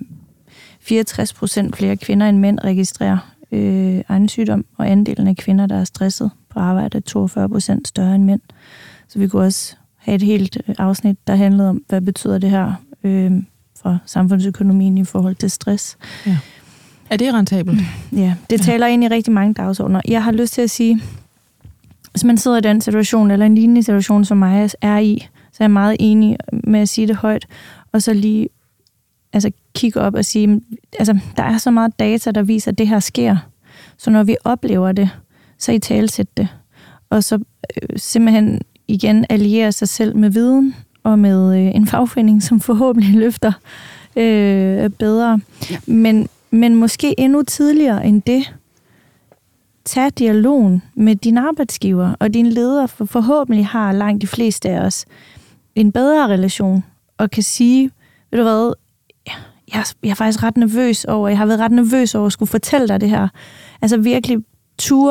flere kvinder end mænd registrerer egen sygdom, og andelen af kvinder, der er stresset på arbejde, er 42% større end mænd. Så vi kunne også have et helt afsnit, der handlede om, hvad betyder det her for samfundsøkonomien i forhold til stress. Ja. Er det rentabelt? Ja, det taler ind i rigtig mange dagsordner. Jeg har lyst til at sige, hvis man sidder i den situation, eller en lignende situation, som mig er i, så er jeg meget enig med at sige det højt, og så lige kigge op og sige, der er så meget data, der viser, at det her sker. Så når vi oplever det, så italesæt det. Og så simpelthen igen alliere sig selv med viden, og med en fagforening, som forhåbentlig løfter bedre. Ja. Men måske endnu tidligere end det, tag dialogen med din arbejdsgiver og din leder, for forhåbentlig har langt de fleste af os en bedre relation, og kan sige, ved du hvad, jeg er faktisk ret nervøs over, jeg har været ret nervøs over at skulle fortælle dig det her. Altså virkelig ture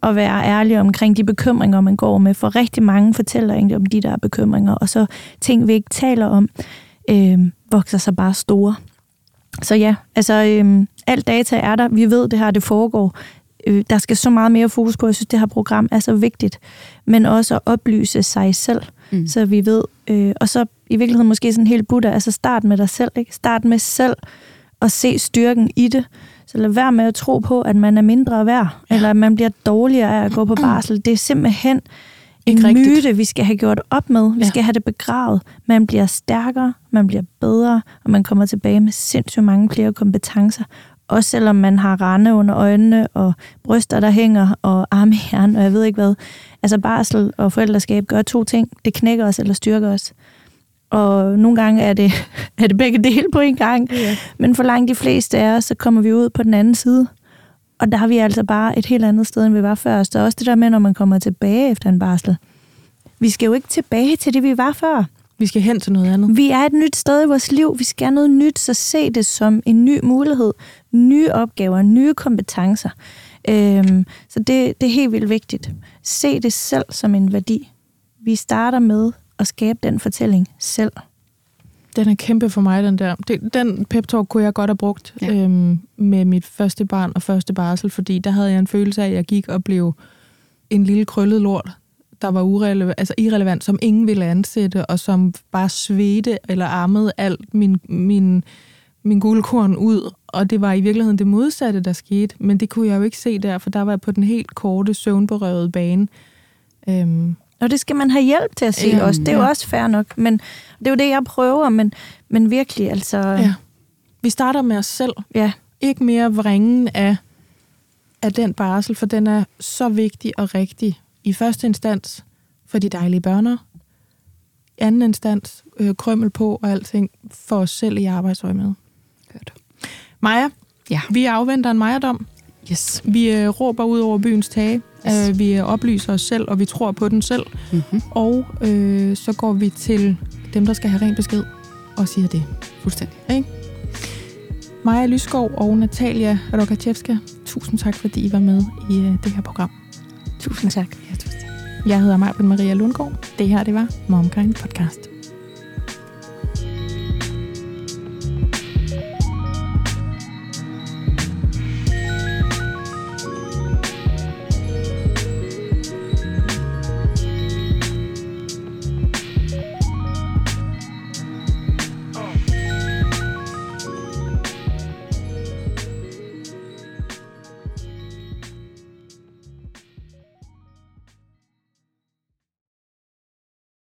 at være ærlig omkring de bekymringer, man går med. For rigtig mange fortæller egentlig om de der bekymringer, og så ting, vi ikke taler om, vokser sig bare store. Så ja, altså alt data er der. Vi ved, det her det foregår. Der skal så meget mere fokus på. Jeg synes, det her program er så vigtigt. Men også at oplyse sig selv, så vi ved. Og så i virkeligheden måske sådan helt Buddha, altså start med dig selv. Ikke? Start med selv at se styrken i det. Så lad være med at tro på, at man er mindre værd, eller at man bliver dårligere af at gå på barsel. Det er simpelthen en myte, vi skal have gjort op med. Vi skal have det begravet. Man bliver stærkere, man bliver bedre, og man kommer tilbage med sindssygt mange flere kompetencer. Også selvom man har rande under øjnene, og bryster, der hænger, og armhjern, og jeg ved ikke hvad. Altså barsel og forældreskab gør 2 ting. Det knækker os eller styrker os. Og nogle gange er det begge dele på en gang. Yeah. Men for langt de fleste af os, så kommer vi ud på den anden side. Og der har vi altså bare et helt andet sted, end vi var før. Så også det der med, når man kommer tilbage efter en barsel. Vi skal jo ikke tilbage til det, vi var før. Vi skal hen til noget andet. Vi er et nyt sted i vores liv. Vi skal noget nyt, så se det som en ny mulighed. Nye opgaver, nye kompetencer. Så det er helt vildt vigtigt. Se det selv som en værdi. Vi starter med at skabe den fortælling selv. Den er kæmpe for mig, den der. Den pep-talk kunne jeg godt have brugt med mit første barn og første barsel, fordi der havde jeg en følelse af, at jeg gik og blev en lille krøllet lort, der var irrelevant, som ingen ville ansætte, og som bare svedte eller armede alt min guldkorn ud. Og det var i virkeligheden det modsatte, der skete. Men det kunne jeg jo ikke se der, for der var jeg på den helt korte, søvnberøvede bane. Og det skal man have hjælp til at se også. Det er jo også fair nok. Men det er jo det, jeg prøver, men virkelig, altså... Ja. Vi starter med os selv. Ja. Ikke mere vringen af den barsel, for den er så vigtig og rigtig. I første instans for de dejlige børner. I anden instans krømmel på og alting for os selv i arbejdsøje med. Godt. Maja, vi afventer en Maja-dom. Yes. Vi råber ud over byens tage. Yes. Vi oplyser os selv, og vi tror på den selv. Mm-hmm. Og så går vi til dem, der skal have ren besked, og siger det. Fuldstændig. Ikke? Maja Lysgaard og Natalia Rokachevska, tusind tak, fordi I var med i det her program. Tusind tak. Ja, tusind tak. Jeg hedder Maja Lundgaard. Det her, det var MomKind Podcast.